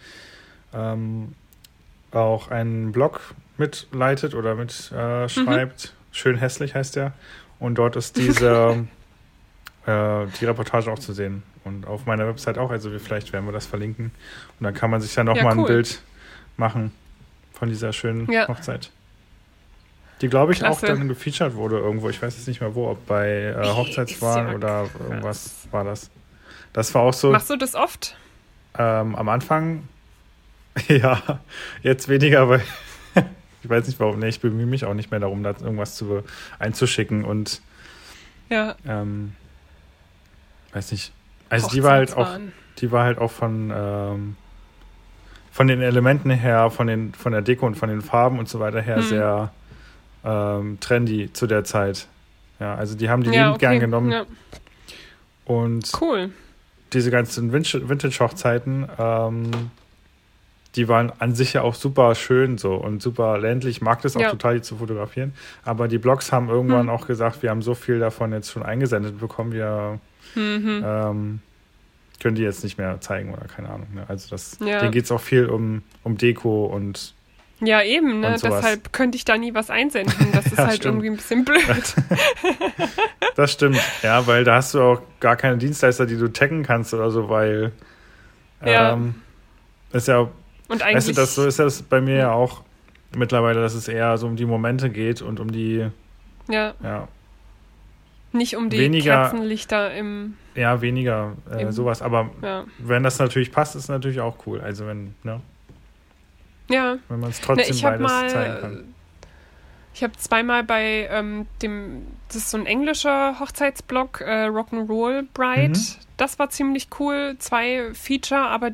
auch einen Blog mitleitet oder mitschreibt. Schön hässlich heißt der. Und dort ist die Reportage auch zu sehen. Und auf meiner Website auch, also vielleicht werden wir das verlinken. Und dann kann man sich dann nochmal ein Bild machen von dieser schönen Hochzeit. Die, glaube ich, auch dann gefeatured wurde irgendwo. Ich weiß jetzt nicht mehr wo, ob bei Hochzeitswahlen oder irgendwas war das. Das war auch so. Machst du das oft? Am Anfang, ja, jetzt weniger, weil ich weiß nicht warum. Nee, ich bemühe mich auch nicht mehr darum, da irgendwas einzuschicken und weiß nicht. Also die war halt auch von den Elementen her, von der Deko und von den Farben und so weiter her sehr trendy zu der Zeit. Ja, also die haben die liebend gern genommen. Ja. Und cool. Diese ganzen Vintage-Hochzeiten, die waren an sich ja auch super schön so und super ländlich. Ich mag das auch total, die zu fotografieren. Aber die Blogs haben irgendwann auch gesagt, wir haben so viel davon jetzt schon eingesendet bekommen, wir können die jetzt nicht mehr zeigen oder keine Ahnung. Ne? Also denen geht es auch viel um Deko und ja, eben, ne? Deshalb könnte ich da nie was einsenden. Das ist halt irgendwie ein bisschen blöd. Das stimmt, ja, weil da hast du auch gar keine Dienstleister, die du taggen kannst oder so, weil ist ja, und eigentlich, weißt du, so ist das bei mir ja auch mittlerweile, dass es eher so um die Momente geht und um die nicht um die Kerzenlichter im ja, weniger sowas, aber wenn das natürlich passt, ist natürlich auch cool, also wenn wenn man es trotzdem beides zeigen kann. Ich habe zweimal bei das ist so ein englischer Hochzeitsblog, Rock'n'Roll Bride. Das war ziemlich cool. 2 Feature, aber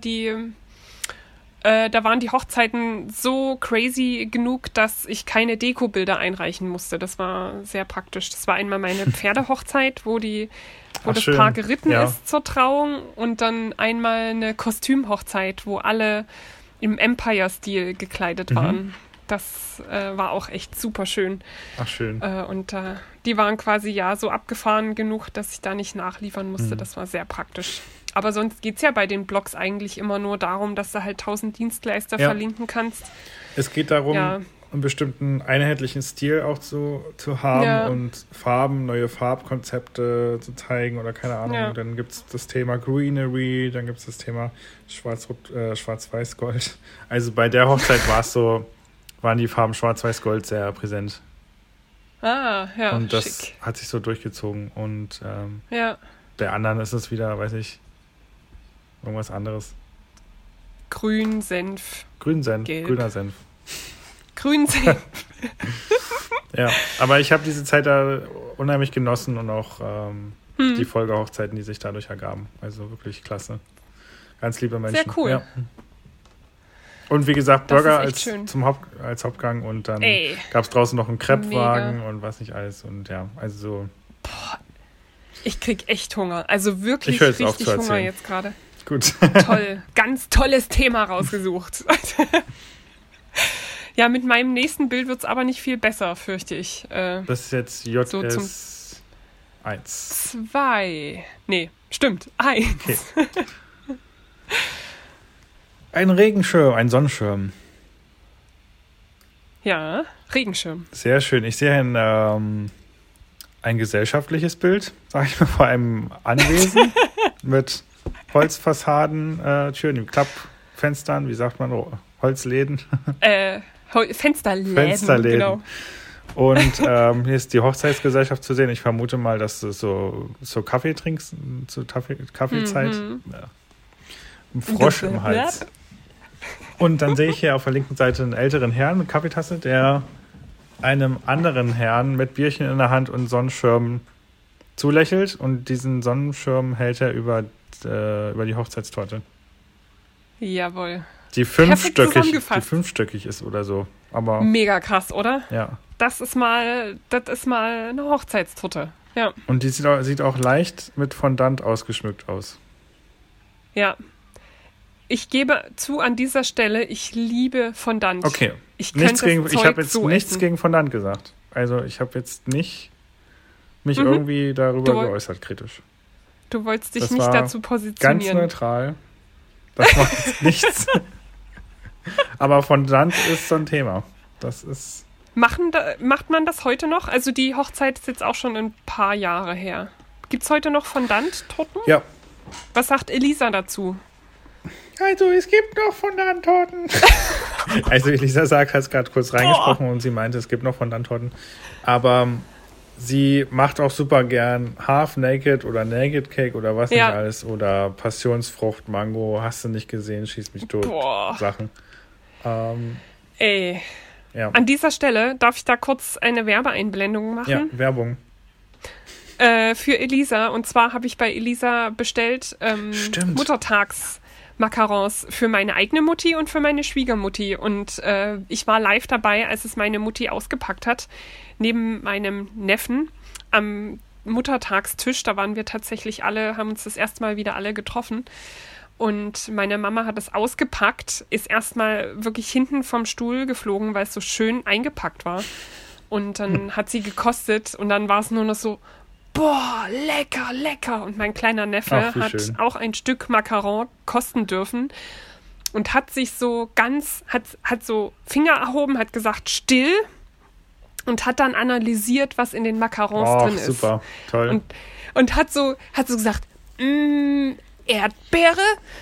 da waren die Hochzeiten so crazy genug, dass ich keine Deko-Bilder einreichen musste. Das war sehr praktisch. Das war einmal meine Pferdehochzeit, wo das schön. Paar geritten ist zur Trauung und dann einmal eine Kostümhochzeit, wo alle im Empire-Stil gekleidet waren. Das war auch echt super schön. Ach, schön. Und die waren quasi so abgefahren genug, dass ich da nicht nachliefern musste. Das war sehr praktisch. Aber sonst geht es ja bei den Blogs eigentlich immer nur darum, dass du halt 1000 Dienstleister verlinken kannst. Es geht darum, einen bestimmten einheitlichen Stil auch zu haben und Farben, neue Farbkonzepte zu zeigen oder keine Ahnung. Ja. Dann gibt es das Thema Greenery, dann gibt es das Thema Schwarz-Weiß-Gold. Also bei der Hochzeit waren die Farben Schwarz-Weiß-Gold sehr präsent. Ah, ja, und das schick. Hat sich so durchgezogen. Und bei anderen ist es wieder, weiß ich, irgendwas anderes. Grün, Senf. Gelb. Grüner Senf. Grün Senf. Ja, aber ich habe diese Zeit da unheimlich genossen und auch die Folgehochzeiten, die sich dadurch ergaben. Also wirklich klasse. Ganz liebe Menschen. Sehr cool. Ja. Und wie gesagt, Burger als Hauptgang und dann gab es draußen noch einen Crepe-Wagen und was nicht alles. Und ja, also so. Boah, ich krieg echt Hunger. Also wirklich richtig Hunger jetzt gerade. Gut. Toll. Ganz tolles Thema rausgesucht. Ja, mit meinem nächsten Bild wird es aber nicht viel besser, fürchte ich. Das ist jetzt JS 1. 2. Nee, stimmt. 1. Okay. Ein Regenschirm, ein Sonnenschirm. Ja, Regenschirm. Sehr schön. Ich sehe ein gesellschaftliches Bild, sage ich mal, vor einem Anwesen mit Holzfassaden, Türen, Klappfenstern, wie sagt man, Holzläden? Fensterläden, genau. Und hier ist die Hochzeitsgesellschaft zu sehen. Ich vermute mal, dass du so Kaffee trinkst, zur Kaffeezeit. Ja. Ein Frosch im Hals. Und dann sehe ich hier auf der linken Seite einen älteren Herrn mit Kaffeetasse, der einem anderen Herrn mit Bierchen in der Hand und Sonnenschirm zulächelt. Und diesen Sonnenschirm hält er über die Hochzeitstorte. Jawohl. Die fünfstöckig ist oder so. Aber mega krass, oder? Ja. Das ist mal eine Hochzeitstorte. Ja. Und die sieht auch leicht mit Fondant ausgeschmückt aus. Ja. Ich gebe zu an dieser Stelle, ich liebe Fondant. Okay. Ich habe jetzt nichts gegen Fondant gesagt. Also ich habe jetzt nicht mich irgendwie darüber geäußert, kritisch. Du wolltest dich nicht dazu positionieren. Ganz neutral. Das macht jetzt nichts. Aber Fondant ist so ein Thema. Das ist. Macht man das heute noch? Also die Hochzeit ist jetzt auch schon ein paar Jahre her. Gibt es heute noch Fondant-Torten? Ja. Was sagt Elisa dazu? Also, es gibt noch Fondant-Torten. Also, Elisa hat es gerade kurz reingesprochen und sie meinte, es gibt noch Fondant-Torten. Aber sie macht auch super gern Half-Naked oder Naked Cake oder was nicht alles. Oder Passionsfrucht, Mango, hast du nicht gesehen, schieß mich tot. Sachen. Ey. Ja. An dieser Stelle darf ich da kurz eine Werbeeinblendung machen. Ja, Werbung. Für Elisa. Und zwar habe ich bei Elisa bestellt Muttertagsmacarons für meine eigene Mutti und für meine Schwiegermutti. Und ich war live dabei, als es meine Mutti ausgepackt hat, neben meinem Neffen am Muttertagstisch. Da waren wir tatsächlich haben uns das erste Mal wieder alle getroffen. Und meine Mama hat es ausgepackt, ist erstmal wirklich hinten vom Stuhl geflogen, weil es so schön eingepackt war. Und dann hat sie gekostet und dann war es nur noch so, boah, lecker, lecker. Und mein kleiner Neffe hat auch ein Stück Macaron kosten dürfen und hat sich so hat so Finger erhoben, hat gesagt, still und hat dann analysiert, was in den Macarons drin ist. Super, toll. Und hat so gesagt, Erdbeere,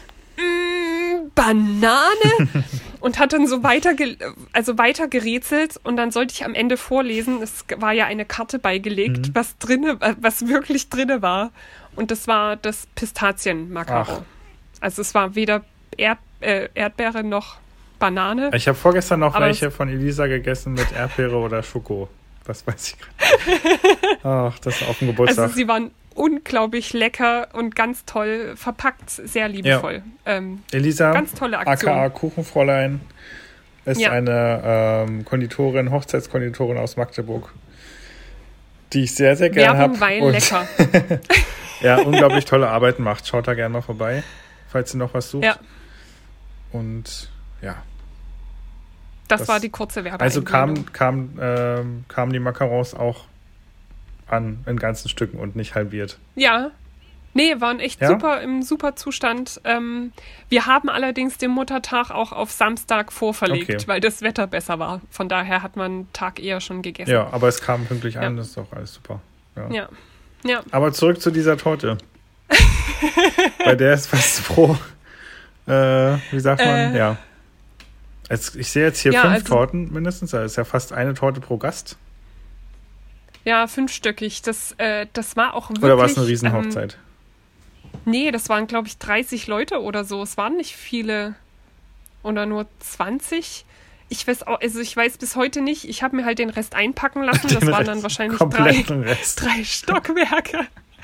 Banane und hat dann so weiter gerätselt und dann sollte ich am Ende vorlesen, es war ja eine Karte beigelegt, was wirklich drinne war und das war das Pistazien-Macaron. Also es war weder Erdbeere noch Banane. Ich habe vorgestern noch welche von Elisa gegessen mit Erdbeere oder Schoko. Das weiß ich gerade. Ach, das ist auf dem Geburtstag. Also sie waren unglaublich lecker und ganz toll verpackt, sehr liebevoll. Ja. Elisa, ganz tolle Aktion. aka Kuchenfräulein, ist eine Konditorin, Hochzeitskonditorin aus Magdeburg, die ich sehr, sehr gerne habe. Werbung, Wein, lecker. Ja, unglaublich tolle Arbeiten macht. Schaut da gerne mal vorbei, falls ihr noch was sucht. Ja. Und ja. Das war die kurze Werbung. Also kamen die Macarons auch in ganzen Stücken und nicht halbiert. Ja. Nee, waren echt im super Zustand. Wir haben allerdings den Muttertag auch auf Samstag vorverlegt, weil das Wetter besser war. Von daher hat man einen Tag eher schon gegessen. Ja, aber es kam pünktlich an, das ist doch alles super. Ja. Aber zurück zu dieser Torte. Bei der ist fast froh. Wie sagt man? Ja. Ich sehe jetzt hier 5 Torten mindestens. Da ist ja fast eine Torte pro Gast. Ja, 5-stöckig. Das war auch wirklich... Oder war es eine Riesenhochzeit? Nee, das waren, glaube ich, 30 Leute oder so. Es waren nicht viele. Oder nur 20. Ich weiß bis heute nicht. Ich habe mir halt den Rest einpacken lassen. Das waren dann wahrscheinlich 3 Stockwerke.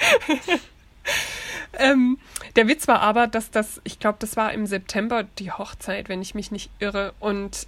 Der Witz war aber, dass ich glaube, das war im September die Hochzeit, wenn ich mich nicht irre. Und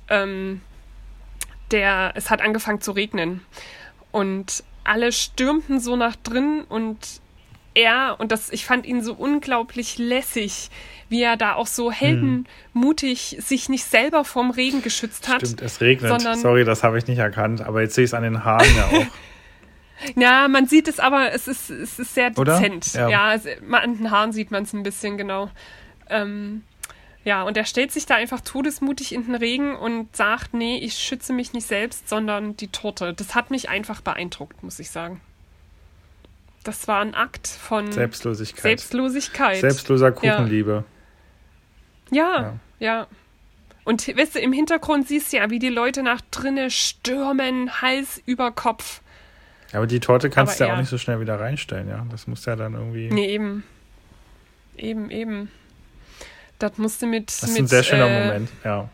es hat angefangen zu regnen. Und alle stürmten so nach drin und ich fand ihn so unglaublich lässig, wie er da auch so heldenmutig sich nicht selber vorm Regen geschützt hat. Stimmt, es regnet. Sorry, das habe ich nicht erkannt, aber jetzt sehe ich es an den Haaren ja auch. Ja, man sieht es, aber es ist sehr dezent. Oder? Ja. An den Haaren sieht man es ein bisschen, genau. Ja, und er stellt sich da einfach todesmutig in den Regen und sagt, nee, ich schütze mich nicht selbst, sondern die Torte. Das hat mich einfach beeindruckt, muss ich sagen. Das war ein Akt von Selbstlosigkeit. Selbstloser Kuchenliebe. Ja. Und weißt du, im Hintergrund siehst du ja, wie die Leute nach drinnen stürmen, Hals über Kopf. Aber die Torte kannst du ja auch nicht so schnell wieder reinstellen, ja. Das muss ja dann irgendwie... Nee, eben. Das musste Das ist ein sehr schöner Moment, ja.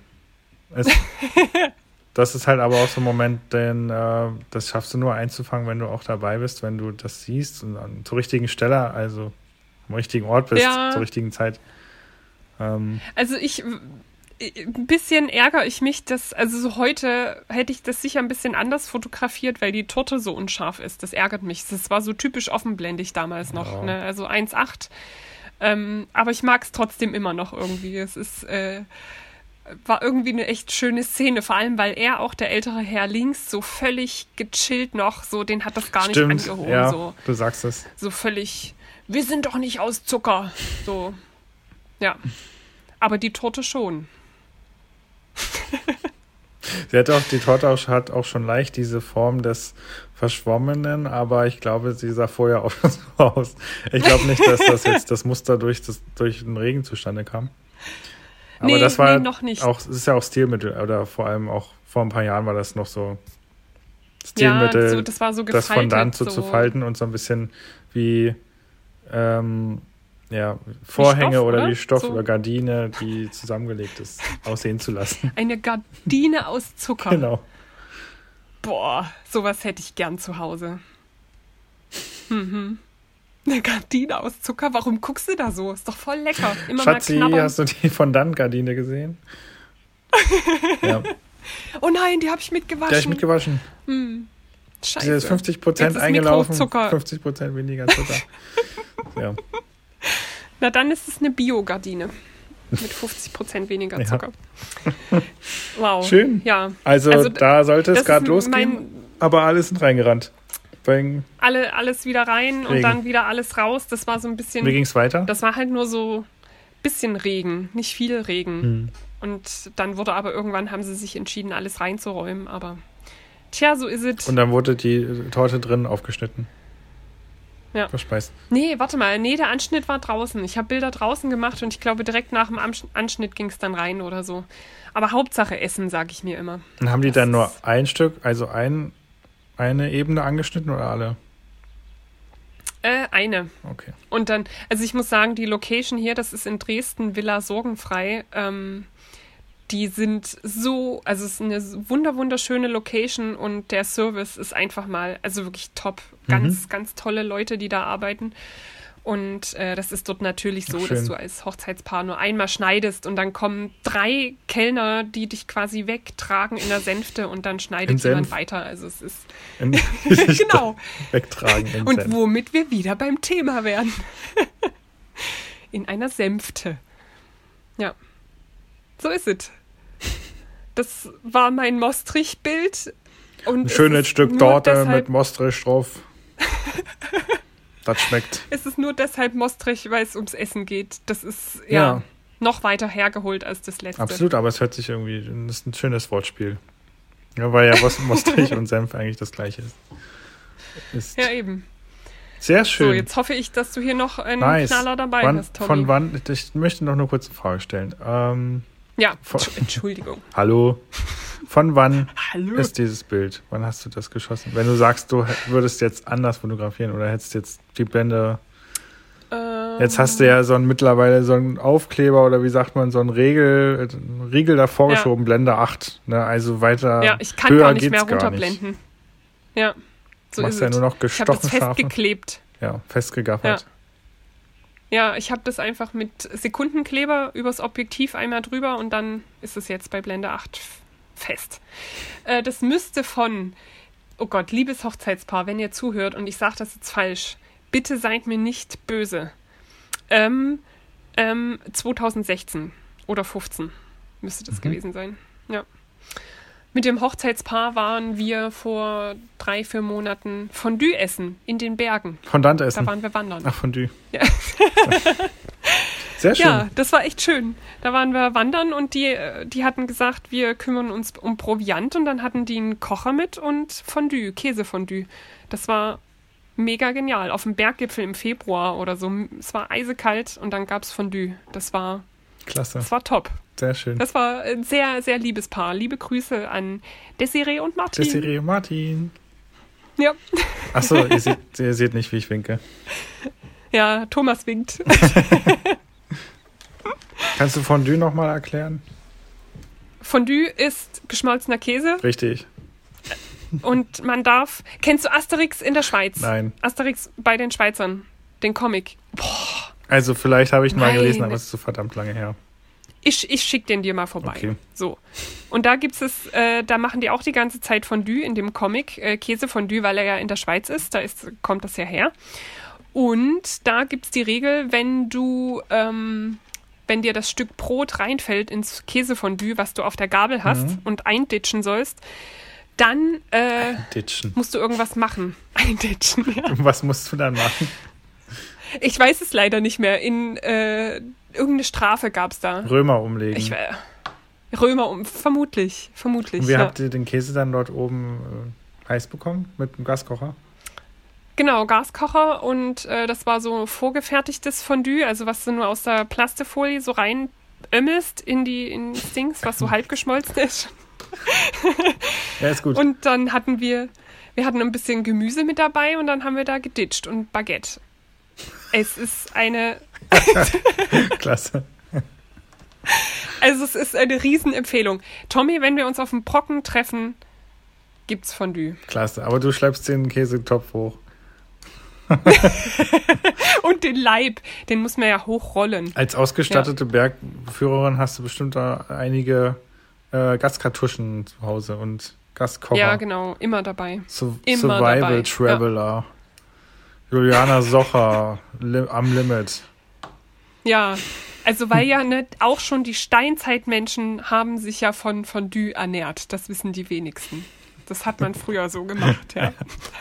Das ist halt aber auch so ein Moment, denn das schaffst du nur einzufangen, wenn du auch dabei bist, wenn du das siehst und zur richtigen Stelle, also am richtigen Ort bist, zur richtigen Zeit. Also ein bisschen ärgere ich mich, also so heute hätte ich das sicher ein bisschen anders fotografiert, weil die Torte so unscharf ist. Das ärgert mich. Das war so typisch offenblendig damals noch, ne? Also 1,8. Aber ich mag es trotzdem immer noch irgendwie. Es ist war irgendwie eine echt schöne Szene, vor allem, weil er auch, der ältere Herr links, so völlig gechillt noch, so, den hat das gar nicht angehoben. Ja, so, du sagst es. So völlig, wir sind doch nicht aus Zucker. So, ja. Aber die Torte schon. Die Torte hat auch schon leicht diese Form des Verschwommenen, aber ich glaube, sie sah vorher auch schon so aus. Ich glaube nicht, dass das jetzt das Muster durch den Regen zustande kam. Aber das war noch nicht. Auch, es ist ja auch Stilmittel, oder vor allem auch vor ein paar Jahren war das noch so Stilmittel, ja, so, das war so gefaltet, das Fondant so zu falten und so ein bisschen wie Vorhänge Stoff, oder wie Stoff so. Oder Gardine, die zusammengelegt ist, aussehen zu lassen. Eine Gardine aus Zucker. Genau. Boah, sowas hätte ich gern zu Hause. Eine Gardine aus Zucker, warum guckst du da so? Ist doch voll lecker. Immer Schatzi, mal knabbern. hast du die Fondant-Gardine gesehen? Ja. Oh nein, die habe ich mitgewaschen. Die habe ich mitgewaschen. Scheiße. Sie ist 50% eingelaufen, 50% weniger Zucker. Ja. Na, dann ist es eine Bio-Gardine. Mit 50% weniger Zucker. Wow. Schön. Ja. Also da sollte es gerade losgehen, aber alle sind reingerannt. Alles wieder rein und dann wieder alles raus. Das war so ein bisschen... Wie ging es weiter? Das war halt nur so ein bisschen Regen, nicht viel Regen. Und dann haben sie sich entschieden, alles reinzuräumen. Aber tja, so ist es. Und dann wurde die Torte drin aufgeschnitten. Ja. Verspeist. Nee, warte mal. Nee, der Anschnitt war draußen. Ich habe Bilder draußen gemacht und ich glaube, direkt nach dem Anschnitt ging es dann rein oder so. Aber Hauptsache Essen, sage ich mir immer. Und haben die dann nur ein Stück, also eine Ebene angeschnitten oder alle? Eine. Okay. Und dann, also ich muss sagen, die Location hier, das ist in Dresden, Villa Sorgenfrei, die sind so, also es ist eine wunderschöne Location und der Service ist einfach mal, also wirklich top. Ganz, ganz tolle Leute, die da arbeiten. Und das ist dort natürlich so, dass du als Hochzeitspaar nur einmal schneidest und dann kommen 3 Kellner, die dich quasi wegtragen in der Sänfte und dann schneidet jemand weiter. Also es ist genau. Wegtragen in und Senf. womit wir wieder beim Thema wären. In einer Sänfte. Ja. So ist es. Das war mein Mostrich-Bild. Ein schönes Stück Torte mit Mostrich drauf. Das schmeckt. Es ist nur deshalb Mostrich, weil es ums Essen geht. Das ist noch weiter hergeholt als das letzte. Absolut, aber es hört sich irgendwie, das ist ein schönes Wortspiel. Ja, weil ja Mostrich und Senf eigentlich das Gleiche ist. Ja, eben. Sehr schön. So, jetzt hoffe ich, dass du hier noch einen Knaller dabei hast, Tommy. Von wann, ich möchte noch eine kurze Frage stellen. Entschuldigung. Hallo. Von wann ist dieses Bild? Wann hast du das geschossen? Wenn du sagst, du würdest jetzt anders fotografieren oder hättest jetzt die Blende... Jetzt hast du ja mittlerweile so einen Aufkleber oder wie sagt man, so einen Riegel davor geschoben, Blende 8. Ne? Also weiter ja, ich kann höher gar nicht geht's mehr runterblenden. Ja, so machst ist ja nur noch gestochen. Ich habe das festgeklebt. Ja, festgegaffert. Ja, ich habe das einfach mit Sekundenkleber übers Objektiv einmal drüber und dann ist es jetzt bei Blende 8 fest. Das müsste von, oh Gott, liebes Hochzeitspaar, wenn ihr zuhört und ich sage das jetzt falsch, bitte seid mir nicht böse. 2016 oder 15 müsste das gewesen sein. Ja. Mit dem Hochzeitspaar waren wir vor 3-4 Monaten Fondue essen in den Bergen. Fondant essen? Da waren wir wandern. Ach, Fondue. Ja. Sehr schön. Ja, das war echt schön. Da waren wir wandern und die hatten gesagt, wir kümmern uns um Proviant und dann hatten die einen Kocher mit und Fondue, Käsefondue. Das war mega genial. Auf dem Berggipfel im Februar oder so. Es war eisekalt und dann gab es Fondue. Klasse. Das war top. Sehr schön. Das war ein sehr, sehr liebes Paar. Liebe Grüße an Desiree und Martin. Desiree und Martin. Ja. Achso, ihr seht nicht, wie ich winke. Ja, Thomas winkt. Kannst du Fondue nochmal erklären? Fondue ist geschmolzener Käse. Richtig. Und man darf... Kennst du Asterix in der Schweiz? Nein. Asterix bei den Schweizern. Den Comic. Also vielleicht habe ich ihn mal Nein. gelesen, aber es ist so verdammt lange her. Ich schick den dir mal vorbei. Okay. So. Und da gibt's es, da machen die auch die ganze Zeit Fondue in dem Comic. Käsefondue, weil er ja in der Schweiz ist. Kommt das ja her. Und da gibt's die Regel, wenn dir das Stück Brot reinfällt ins Käsefondue, was du auf der Gabel hast und einditschen sollst, dann musst du irgendwas machen. Einditschen, ja. Und was musst du dann machen? Ich weiß es leider nicht mehr. Irgendeine Strafe gab es da. Römer umlegen. Vermutlich. Und wie habt ihr den Käse dann dort oben heiß bekommen? Mit dem Gaskocher? Genau, Gaskocher und das war so vorgefertigtes Fondue, also was du nur aus der Plastefolie so rein ömmelst in das Dings, was so halb geschmolzen ist. Ja, ist gut. Und dann hatten wir ein bisschen Gemüse mit dabei und dann haben wir da geditscht und Baguette. Es ist eine... Klasse. Also es ist eine Riesenempfehlung. Tommy, wenn wir uns auf dem Brocken treffen, gibt's Fondue. Klasse, aber du schleppst den Käsetopf hoch. Und den Leib, den muss man ja hochrollen. Als ausgestattete Bergführerin hast du bestimmt da einige Gaskartuschen zu Hause und Gaskocher. Ja, genau, immer dabei. Survival Traveler. Ja. Juliana Socher am Limit. Ja, also weil ja auch schon die Steinzeitmenschen haben sich ja von Fondue ernährt. Das wissen die wenigsten. Das hat man früher so gemacht, ja.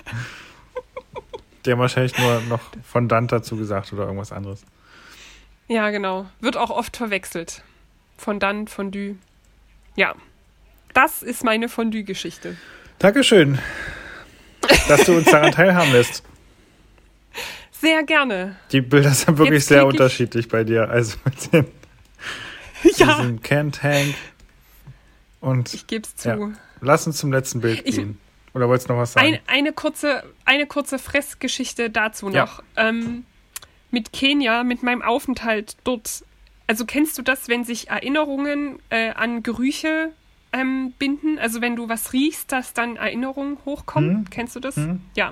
Die haben wahrscheinlich nur noch Fondant dazu gesagt oder irgendwas anderes. Ja, genau. Wird auch oft verwechselt. Fondant, Fondue. Ja, das ist meine Fondue-Geschichte. Dankeschön, dass du uns daran teilhaben lässt. Sehr gerne. Die Bilder sind wirklich sehr unterschiedlich bei dir. Also mit diesem Can-Tank. Und ich gebe es zu. Ja. Lass uns zum letzten Bild gehen. Oder wolltest du noch was sagen? Eine kurze Fressgeschichte dazu noch. Ja. Mit Kenia, mit meinem Aufenthalt dort. Also kennst du das, wenn sich Erinnerungen an Gerüche binden? Also wenn du was riechst, dass dann Erinnerungen hochkommen? Kennst du das? Ja.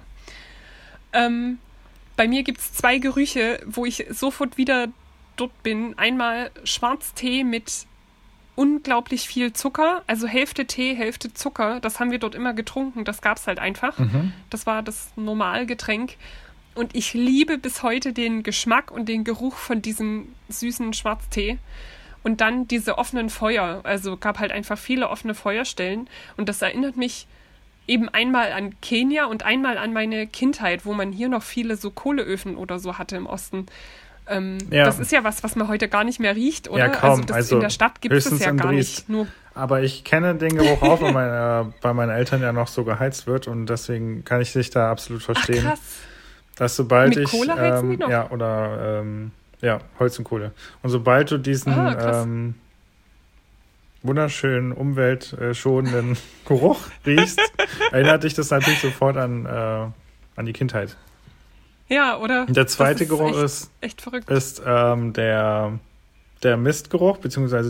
Bei mir gibt es 2 Gerüche, wo ich sofort wieder dort bin. Einmal Schwarztee mit unglaublich viel Zucker, also Hälfte Tee, Hälfte Zucker. Das haben wir dort immer getrunken, das gab es halt einfach. Das war das Normalgetränk. Und ich liebe bis heute den Geschmack und den Geruch von diesem süßen Schwarztee. Und dann diese offenen Feuer, also gab halt einfach viele offene Feuerstellen. Und das erinnert mich eben einmal an Kenia und einmal an meine Kindheit, wo man hier noch viele so Kohleöfen oder so hatte im Osten. Das ist ja was man heute gar nicht mehr riecht, oder? Ja, kaum. Also in der Stadt gibt es das ja gar nicht. Aber ich kenne den Geruch auch, weil bei meinen Eltern ja noch so geheizt wird und deswegen kann ich dich da absolut verstehen. Ach, krass. Dass sobald Mit Kohle heizen die noch? Ja, oder Holz und Kohle. Und sobald du diesen wunderschönen, umweltschonenden Geruch riechst, erinnert dich das natürlich sofort an die Kindheit. Ja, oder? Und der zweite Geruch echt verrückt. ist der Mistgeruch, beziehungsweise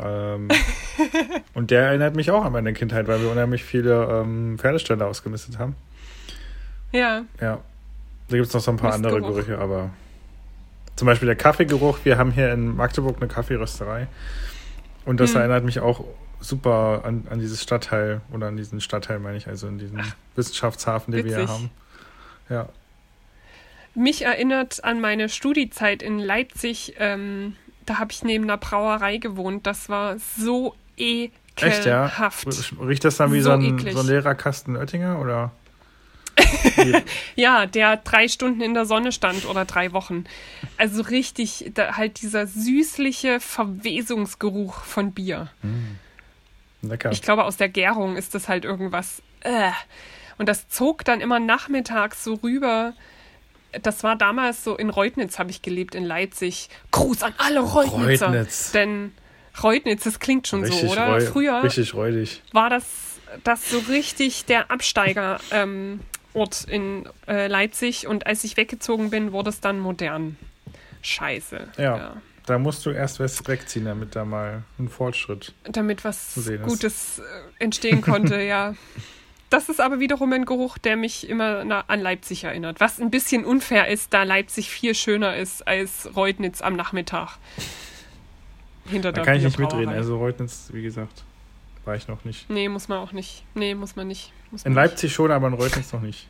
und der erinnert mich auch an meine Kindheit, weil wir unheimlich viele Pferdeställe ausgemistet haben. Ja. Ja. Da gibt es noch so ein paar andere Gerüche, aber zum Beispiel der Kaffeegeruch. Wir haben hier in Magdeburg eine Kaffeerösterei und das erinnert mich auch super an dieses Stadtteil, oder an diesen Stadtteil meine ich, also in diesen Wissenschaftshafen, den wir hier haben. Ja. Mich erinnert an meine Studiezeit in Leipzig. Da habe ich neben einer Brauerei gewohnt. Das war so ekelhaft. Echt, ja? Riecht das dann wie so ein leerer Kasten Oettinger, oder? Ja, der 3 Stunden in der Sonne stand oder 3 Wochen. Also richtig, halt dieser süßliche Verwesungsgeruch von Bier. Lecker. Ich glaube, aus der Gärung ist das halt irgendwas. Und das zog dann immer nachmittags so rüber. Das war damals so, in Reutnitz habe ich gelebt, in Leipzig. Gruß an alle Reutnitzer. Reutnitz. Denn Reutnitz, das klingt schon Richtig so, oder? Früher richtig räudig. war das so richtig der Absteiger Ort in Leipzig. Und als ich weggezogen bin, wurde es dann modern. Scheiße. Ja. Da musst du erst wegziehen, damit da mal ein Fortschritt damit was zu sehen ist. Gutes entstehen konnte, ja. Das ist aber wiederum ein Geruch, der mich immer an Leipzig erinnert. Was ein bisschen unfair ist, da Leipzig viel schöner ist als Reutnitz am Nachmittag. Hinter Da der kann ich nicht Bierbrauerei. mitreden. Also Reutnitz, wie gesagt, war ich noch nicht. Nee, muss man auch nicht. Nee, muss man nicht. In Leipzig schon, aber in Reutnitz noch nicht.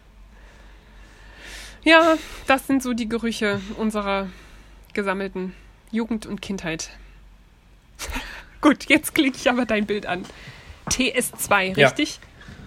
Ja, das sind so die Gerüche unserer gesammelten Jugend und Kindheit. Gut, jetzt klicke ich aber dein Bild an. TS2, Ja. richtig?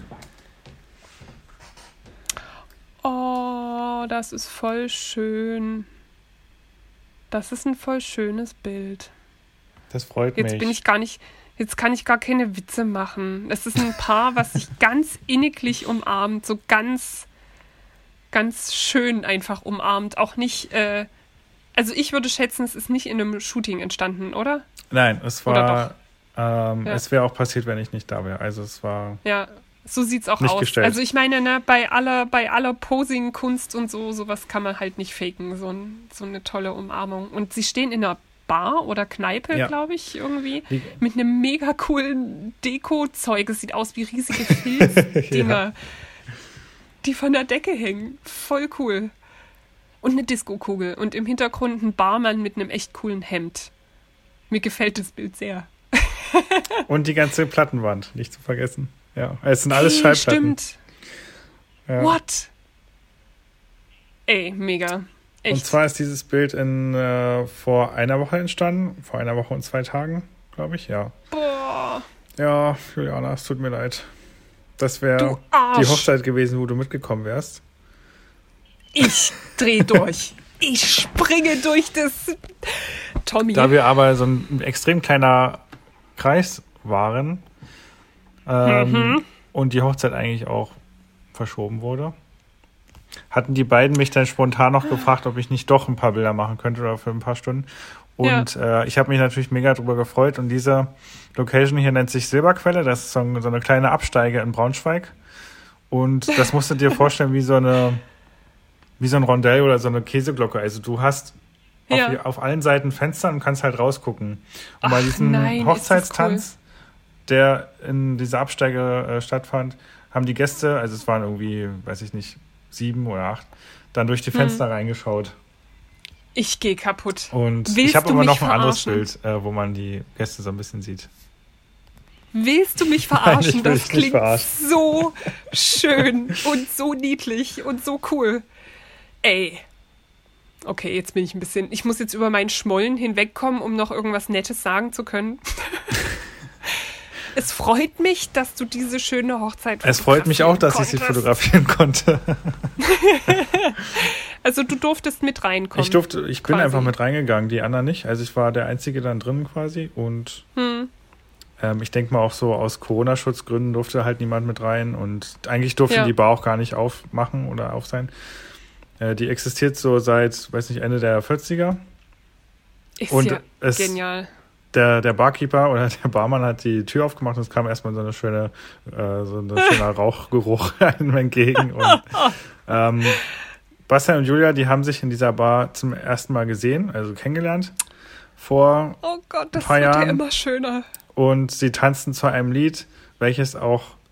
Oh, das ist voll schön. Das ist ein voll schönes Bild. Das freut mich. Jetzt kann ich gar keine Witze machen. Es ist ein Paar, was sich ganz inniglich umarmt, so ganz, ganz schön einfach umarmt. Auch nicht, also ich würde schätzen, es ist nicht in einem Shooting entstanden, oder? Nein, es Oder war, es wäre auch passiert, wenn ich nicht da wäre. Also es war Ja, so sieht's auch nicht aus. gestellt. Also ich meine, ne, bei aller Posing-Kunst und sowas kann man halt nicht faken, so eine tolle Umarmung. Und sie stehen in einer Bar oder Kneipe, Ja. glaube ich, irgendwie, Die- mit einem mega coolen Deko-Zeug. Es sieht aus wie riesige Filzdinger, die von der Decke hängen. Voll cool. Und eine Disco-Kugel. Und im Hintergrund ein Barmann mit einem echt coolen Hemd. Mir gefällt das Bild sehr. Und die ganze Plattenwand, nicht zu vergessen. Ja, es sind alles Schallplatten. Stimmt. Ja. What? Ey, mega. Echt. Und zwar ist dieses Bild vor einer Woche entstanden. Vor einer Woche und 2 Tagen, glaube ich, ja. Boah, Ja, Juliana, es tut mir leid. Das wäre du Arsch. die Hochzeit gewesen, wo du mitgekommen wärst. Ich dreh durch. Ich springe durch das... Tommy. Da wir aber so ein extrem kleiner Kreis waren und die Hochzeit eigentlich auch verschoben wurde, hatten die beiden mich dann spontan noch gefragt, ob ich nicht doch ein paar Bilder machen könnte oder für ein paar Stunden. Und ich habe mich natürlich mega drüber gefreut. Und diese Location hier nennt sich Silberquelle. Das ist so eine kleine Absteige in Braunschweig. Und das musst du dir vorstellen wie so ein Rondell oder so eine Käseglocke. Also du hast auf allen Seiten Fenster und kannst halt rausgucken. Und bei diesem Hochzeitstanz, der in dieser Absteige stattfand, haben die Gäste, also es waren irgendwie, weiß ich nicht, 7 oder 8, dann durch die Fenster reingeschaut. Ich gehe kaputt. Und Willst ich habe du immer mich noch ein anderes verarschen? Bild, wo man die Gäste so ein bisschen sieht. Willst du mich verarschen? ich will Das dich nicht klingt verarschen. so schön und so niedlich und so cool. Ey. Okay, jetzt bin ich ein bisschen... Ich muss jetzt über meinen Schmollen hinwegkommen, um noch irgendwas Nettes sagen zu können. Es freut mich, dass du diese schöne Hochzeit Es freut mich auch, dass ich sie fotografieren konnte. Also du durftest mit reinkommen. Ich bin quasi. einfach mit reingegangen, die anderen nicht. Also ich war der Einzige dann drin quasi und ich denke mal auch so aus Corona-Schutzgründen durfte halt niemand mit rein und eigentlich durfte die Bar auch gar nicht aufmachen oder auf sein. Die existiert so seit, weiß nicht, Ende der 40er. Ist und ja genial. Der Barkeeper oder der Barmann hat die Tür aufgemacht und es kam erstmal so ein schöner Rauchgeruch einem entgegen. Und Bastian und Julia, die haben sich in dieser Bar zum ersten Mal gesehen, also kennengelernt, vor Oh Gott, das ein paar wird ja Jahren. immer schöner. Und sie tanzten zu einem Lied, welches er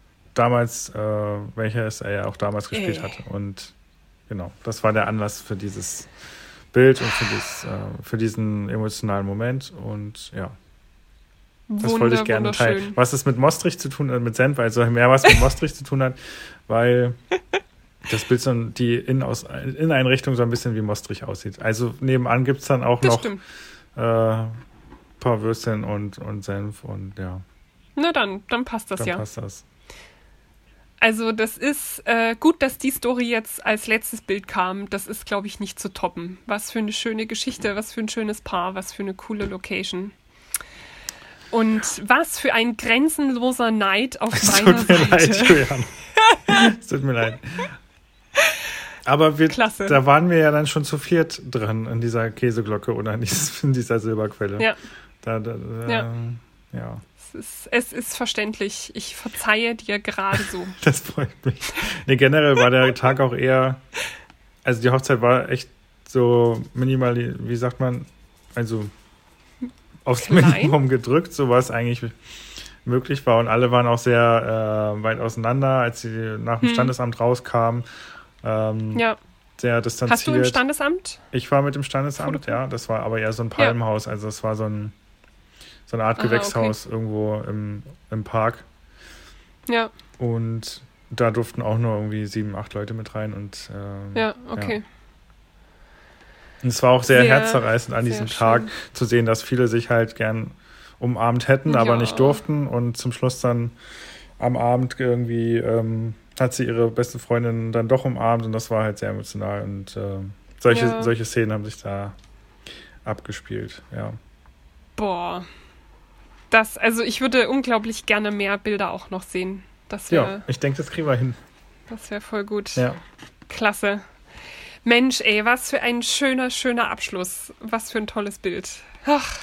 ja auch damals gespielt hatte. Und genau, das war der Anlass für dieses Bild und für diesen emotionalen Moment. Und ja, das wollte ich gerne teilen. Was es mit Mostrich zu tun hat, mit Senf, also mehr was mit Mostrich zu tun hat, weil das Bild so die Inneneinrichtung so ein bisschen wie Mostrich aussieht. Also nebenan gibt es dann auch noch ein paar Würstchen und Senf und ja. Na dann passt das Dann ja. passt das. Also das ist gut, dass die Story jetzt als letztes Bild kam. Das ist, glaube ich, nicht zu toppen. Was für eine schöne Geschichte, was für ein schönes Paar, was für eine coole Location. Und was für ein grenzenloser Neid auf meiner Seite. Tut mir leid, Julian. Es tut mir leid. Aber Klasse. Da waren wir ja dann schon zu viert dran in dieser Käseglocke oder in dieser Silberquelle. Ja. Ja. Es ist verständlich. Ich verzeihe dir gerade so. Das freut mich. Nee, generell war der Tag auch eher, also die Hochzeit war echt so minimal, wie sagt man, also aufs Minimum gedrückt, so was eigentlich möglich war. Und alle waren auch sehr weit auseinander, als sie nach dem Standesamt rauskamen. Sehr distanziert. Hast du im Standesamt? Ich war mit dem Standesamt, ja. Das war aber eher so ein Palmenhaus. Also es war so eine Art Gewächshaus irgendwo im Park. Ja. Und da durften auch nur irgendwie 7, 8 Leute mit rein. Und, okay. Ja. Und es war auch sehr herzzerreißend an diesem Tag schön zu sehen, dass viele sich halt gern umarmt hätten, aber nicht durften. Und zum Schluss dann am Abend irgendwie hat sie ihre beste Freundin dann doch umarmt und das war halt sehr emotional. Und solche Szenen haben sich da abgespielt, ja. Boah. Also ich würde unglaublich gerne mehr Bilder auch noch sehen. Ich denke, das kriegen wir hin. Das wäre voll gut. Ja. Klasse. Mensch, ey, was für ein schöner, schöner Abschluss. Was für ein tolles Bild. Ach.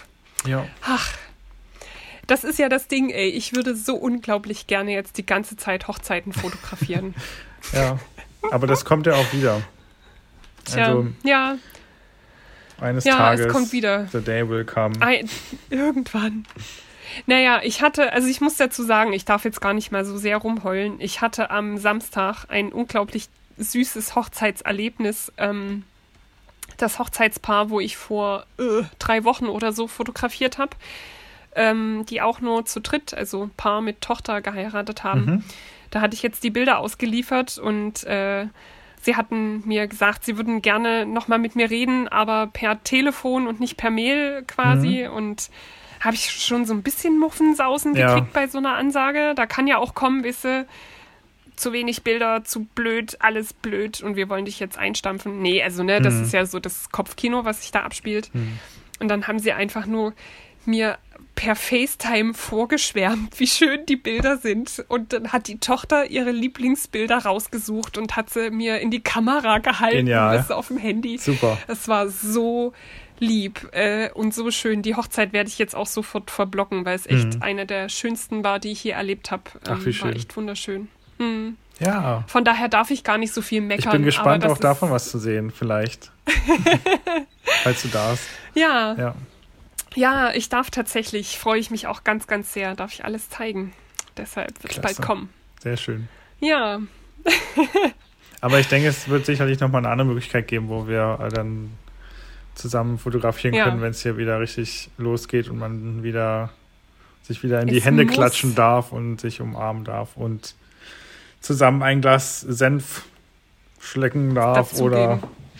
Das ist ja das Ding, ey. Ich würde so unglaublich gerne jetzt die ganze Zeit Hochzeiten fotografieren. Ja, aber das kommt ja auch wieder. Also, ja. Eines Tages, es kommt wieder. The day will come. Irgendwann. Naja, ich muss dazu sagen, ich darf jetzt gar nicht mal so sehr rumheulen. Ich hatte am Samstag ein unglaublich süßes Hochzeitserlebnis. Das Hochzeitspaar, wo ich vor 3 Wochen oder so fotografiert habe, die auch nur zu dritt, also Paar mit Tochter geheiratet haben. Mhm. Da hatte ich jetzt die Bilder ausgeliefert und sie hatten mir gesagt, sie würden gerne nochmal mit mir reden, aber per Telefon und nicht per Mail quasi. Und habe ich schon so ein bisschen Muffensausen gekriegt bei so einer Ansage. Da kann ja auch kommen, weißt du, zu wenig Bilder, zu blöd, alles blöd und wir wollen dich jetzt einstampfen. Nee, also das ist ja so das Kopfkino, was sich da abspielt. Und dann haben sie einfach nur mir per FaceTime vorgeschwärmt, wie schön die Bilder sind. Und dann hat die Tochter ihre Lieblingsbilder rausgesucht und hat sie mir in die Kamera gehalten. Genial. Auf dem Handy. Super. Es war so lieb und so schön. Die Hochzeit werde ich jetzt auch sofort verblocken, weil es echt eine der schönsten war, die ich je erlebt habe. Ach, wie schön. War echt wunderschön. Ja. Von daher darf ich gar nicht so viel meckern. Ich bin gespannt, auch davon was zu sehen, vielleicht. Falls du darfst. Ja, ich darf tatsächlich, freue ich mich auch ganz, ganz sehr, darf ich alles zeigen. Deshalb wird es bald kommen. Sehr schön. Ja. Aber ich denke, es wird sicherlich nochmal eine andere Möglichkeit geben, wo wir dann zusammen fotografieren können, wenn es hier wieder richtig losgeht und man sich wieder in die Hände klatschen darf und sich umarmen darf und zusammen ein Glas Senf schlecken darf oder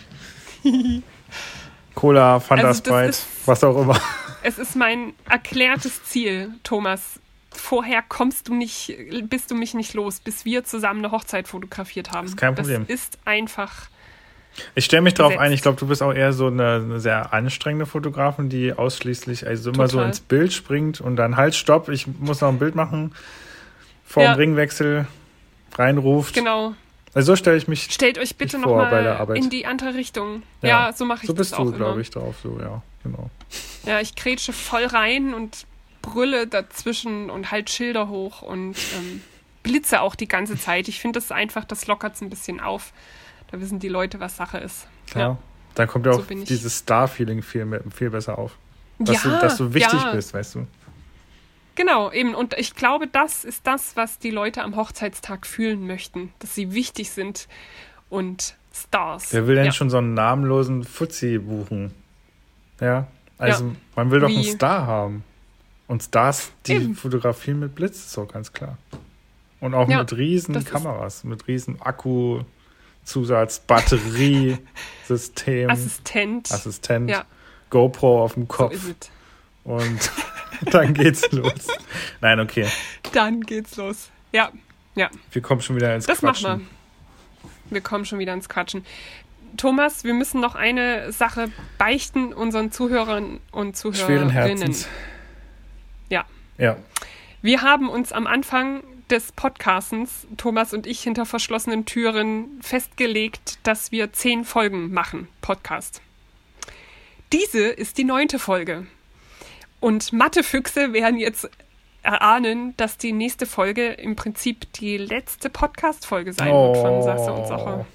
Cola, Fanta Sprite, was auch immer. Es ist mein erklärtes Ziel, Thomas. Vorher bist du mich nicht los, bis wir zusammen eine Hochzeit fotografiert haben. Das ist kein Problem. Das ist einfach. Ich stelle mich drauf ein, ich glaube, du bist auch eher so eine sehr anstrengende Fotografin, die ausschließlich immer so ins Bild springt und dann halt stopp, ich muss noch ein Bild machen, vor dem Ringwechsel reinruft. Genau. Also so stelle ich mich Stellt euch bitte vor bei der nochmal Arbeit. In die andere Richtung. Ja, so mache ich das auch. So bist du, glaube ich, drauf. So, ja, genau. Ja, ich grätsche voll rein und brülle dazwischen und halt Schilder hoch und blitze auch die ganze Zeit. Ich finde das einfach, das lockert es ein bisschen auf. Da wissen die Leute, was Sache ist. Ja. Dann kommt ja auch dieses Star-Feeling viel besser auf. Dass du wichtig bist, weißt du. Genau, eben. Und ich glaube, das ist das, was die Leute am Hochzeitstag fühlen möchten. Dass sie wichtig sind und Stars. Wer will denn schon so einen namenlosen Fuzzi buchen? Ja, also man will doch einen Star haben. Und Stars, die fotografieren mit Blitz, ist doch ganz klar. Und auch mit riesen Kameras, mit riesen Akkuzusatz, Batteriesystem. Assistent. Ja. GoPro auf dem Kopf. So ist es. Und dann geht's los. Nein, okay. Dann geht's los. Ja. Ja. Wir kommen schon wieder ins Quatschen. Das machen wir. Wir kommen schon wieder ins Quatschen. Thomas, wir müssen noch eine Sache beichten unseren Zuhörern und Zuhörerinnen. Schweren Herzens. Ja. Ja. Wir haben uns am Anfang des Podcastens, Thomas und ich, hinter verschlossenen Türen festgelegt, dass wir 10 Folgen machen, Podcast. Diese ist die 9. Folge. Und Mathefüchse werden jetzt erahnen, dass die nächste Folge im Prinzip die letzte Podcast-Folge sein wird von Sasse und Sache.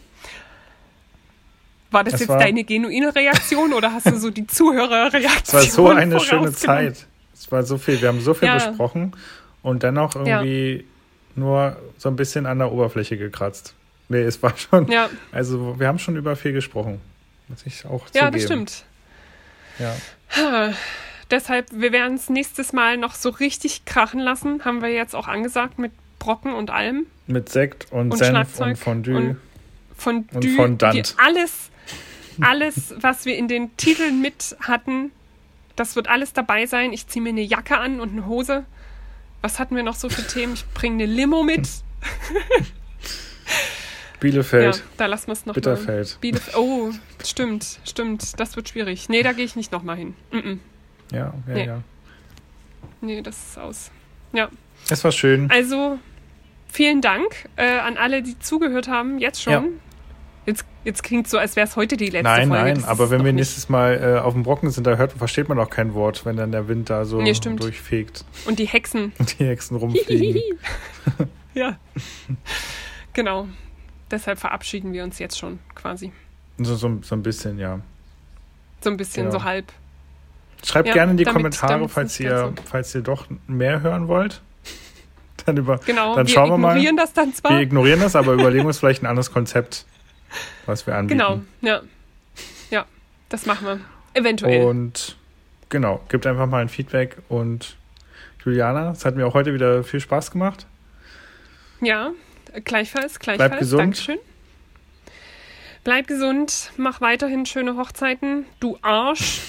War das jetzt deine genuine Reaktion oder hast du so die Zuhörerreaktion? Es war so eine schöne Zeit. Es war so viel. Wir haben so viel besprochen und dennoch irgendwie nur so ein bisschen an der Oberfläche gekratzt. Nee, es war schon. Ja. Also, wir haben schon über viel gesprochen. Muss ich auch zugeben. Ja, das stimmt. Ja. Deshalb, wir werden es nächstes Mal noch so richtig krachen lassen. Haben wir jetzt auch angesagt mit Brocken und allem. Mit Sekt und Senf und Fondue. Und Fondant. Alles, was wir in den Titeln mit hatten, das wird alles dabei sein. Ich ziehe mir eine Jacke an und eine Hose. Was hatten wir noch so für Themen? Ich bringe eine Limo mit. Bielefeld. Ja, da lassen wir es noch Bitterfeld. Mal. Oh, stimmt. Das wird schwierig. Nee, da gehe ich nicht nochmal hin. Ja. Nee, das ist aus. Ja. Es war schön. Also, vielen Dank an alle, die zugehört haben, jetzt schon. Ja. Jetzt klingt es so, als wäre es heute die letzte Folge. Nein, aber wenn wir nächstes Mal auf dem Brocken sind, da versteht man auch kein Wort, wenn dann der Wind da so durchfegt. Und die Hexen. Rumfliegen. Ja. Genau. Deshalb verabschieden wir uns jetzt schon quasi. So ein bisschen, ja. So ein bisschen, so halb. Schreibt gerne in die Kommentare, falls ihr doch mehr hören wollt. Dann schauen wir mal. Wir ignorieren das dann zwar. Wir ignorieren das, aber überlegen uns vielleicht ein anderes Konzept, was wir anbieten. Genau, ja, das machen wir. Eventuell. Und genau, gebt einfach mal ein Feedback. Und Juliana, es hat mir auch heute wieder viel Spaß gemacht. Ja, gleichfalls. Bleib gesund. Dankeschön. Bleib gesund, mach weiterhin schöne Hochzeiten, du Arsch.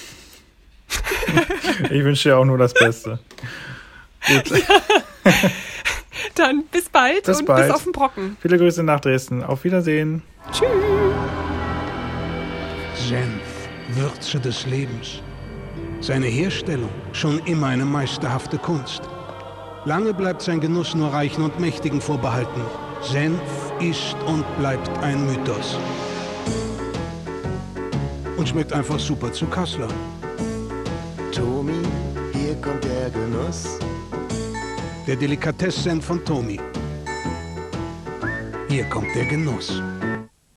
Ich wünsche dir auch nur das Beste. Gut. Ja. Dann bis bald bis auf den Brocken. Viele Grüße nach Dresden. Auf Wiedersehen. Tschüss. Senf, Würze des Lebens. Seine Herstellung schon immer eine meisterhafte Kunst. Lange bleibt sein Genuss nur Reichen und Mächtigen vorbehalten. Senf ist und bleibt ein Mythos. Und schmeckt einfach super zu Kassler. Tomi, hier kommt der Genuss. Der Delikatesse-Senf von Tomi. Hier kommt der Genuss.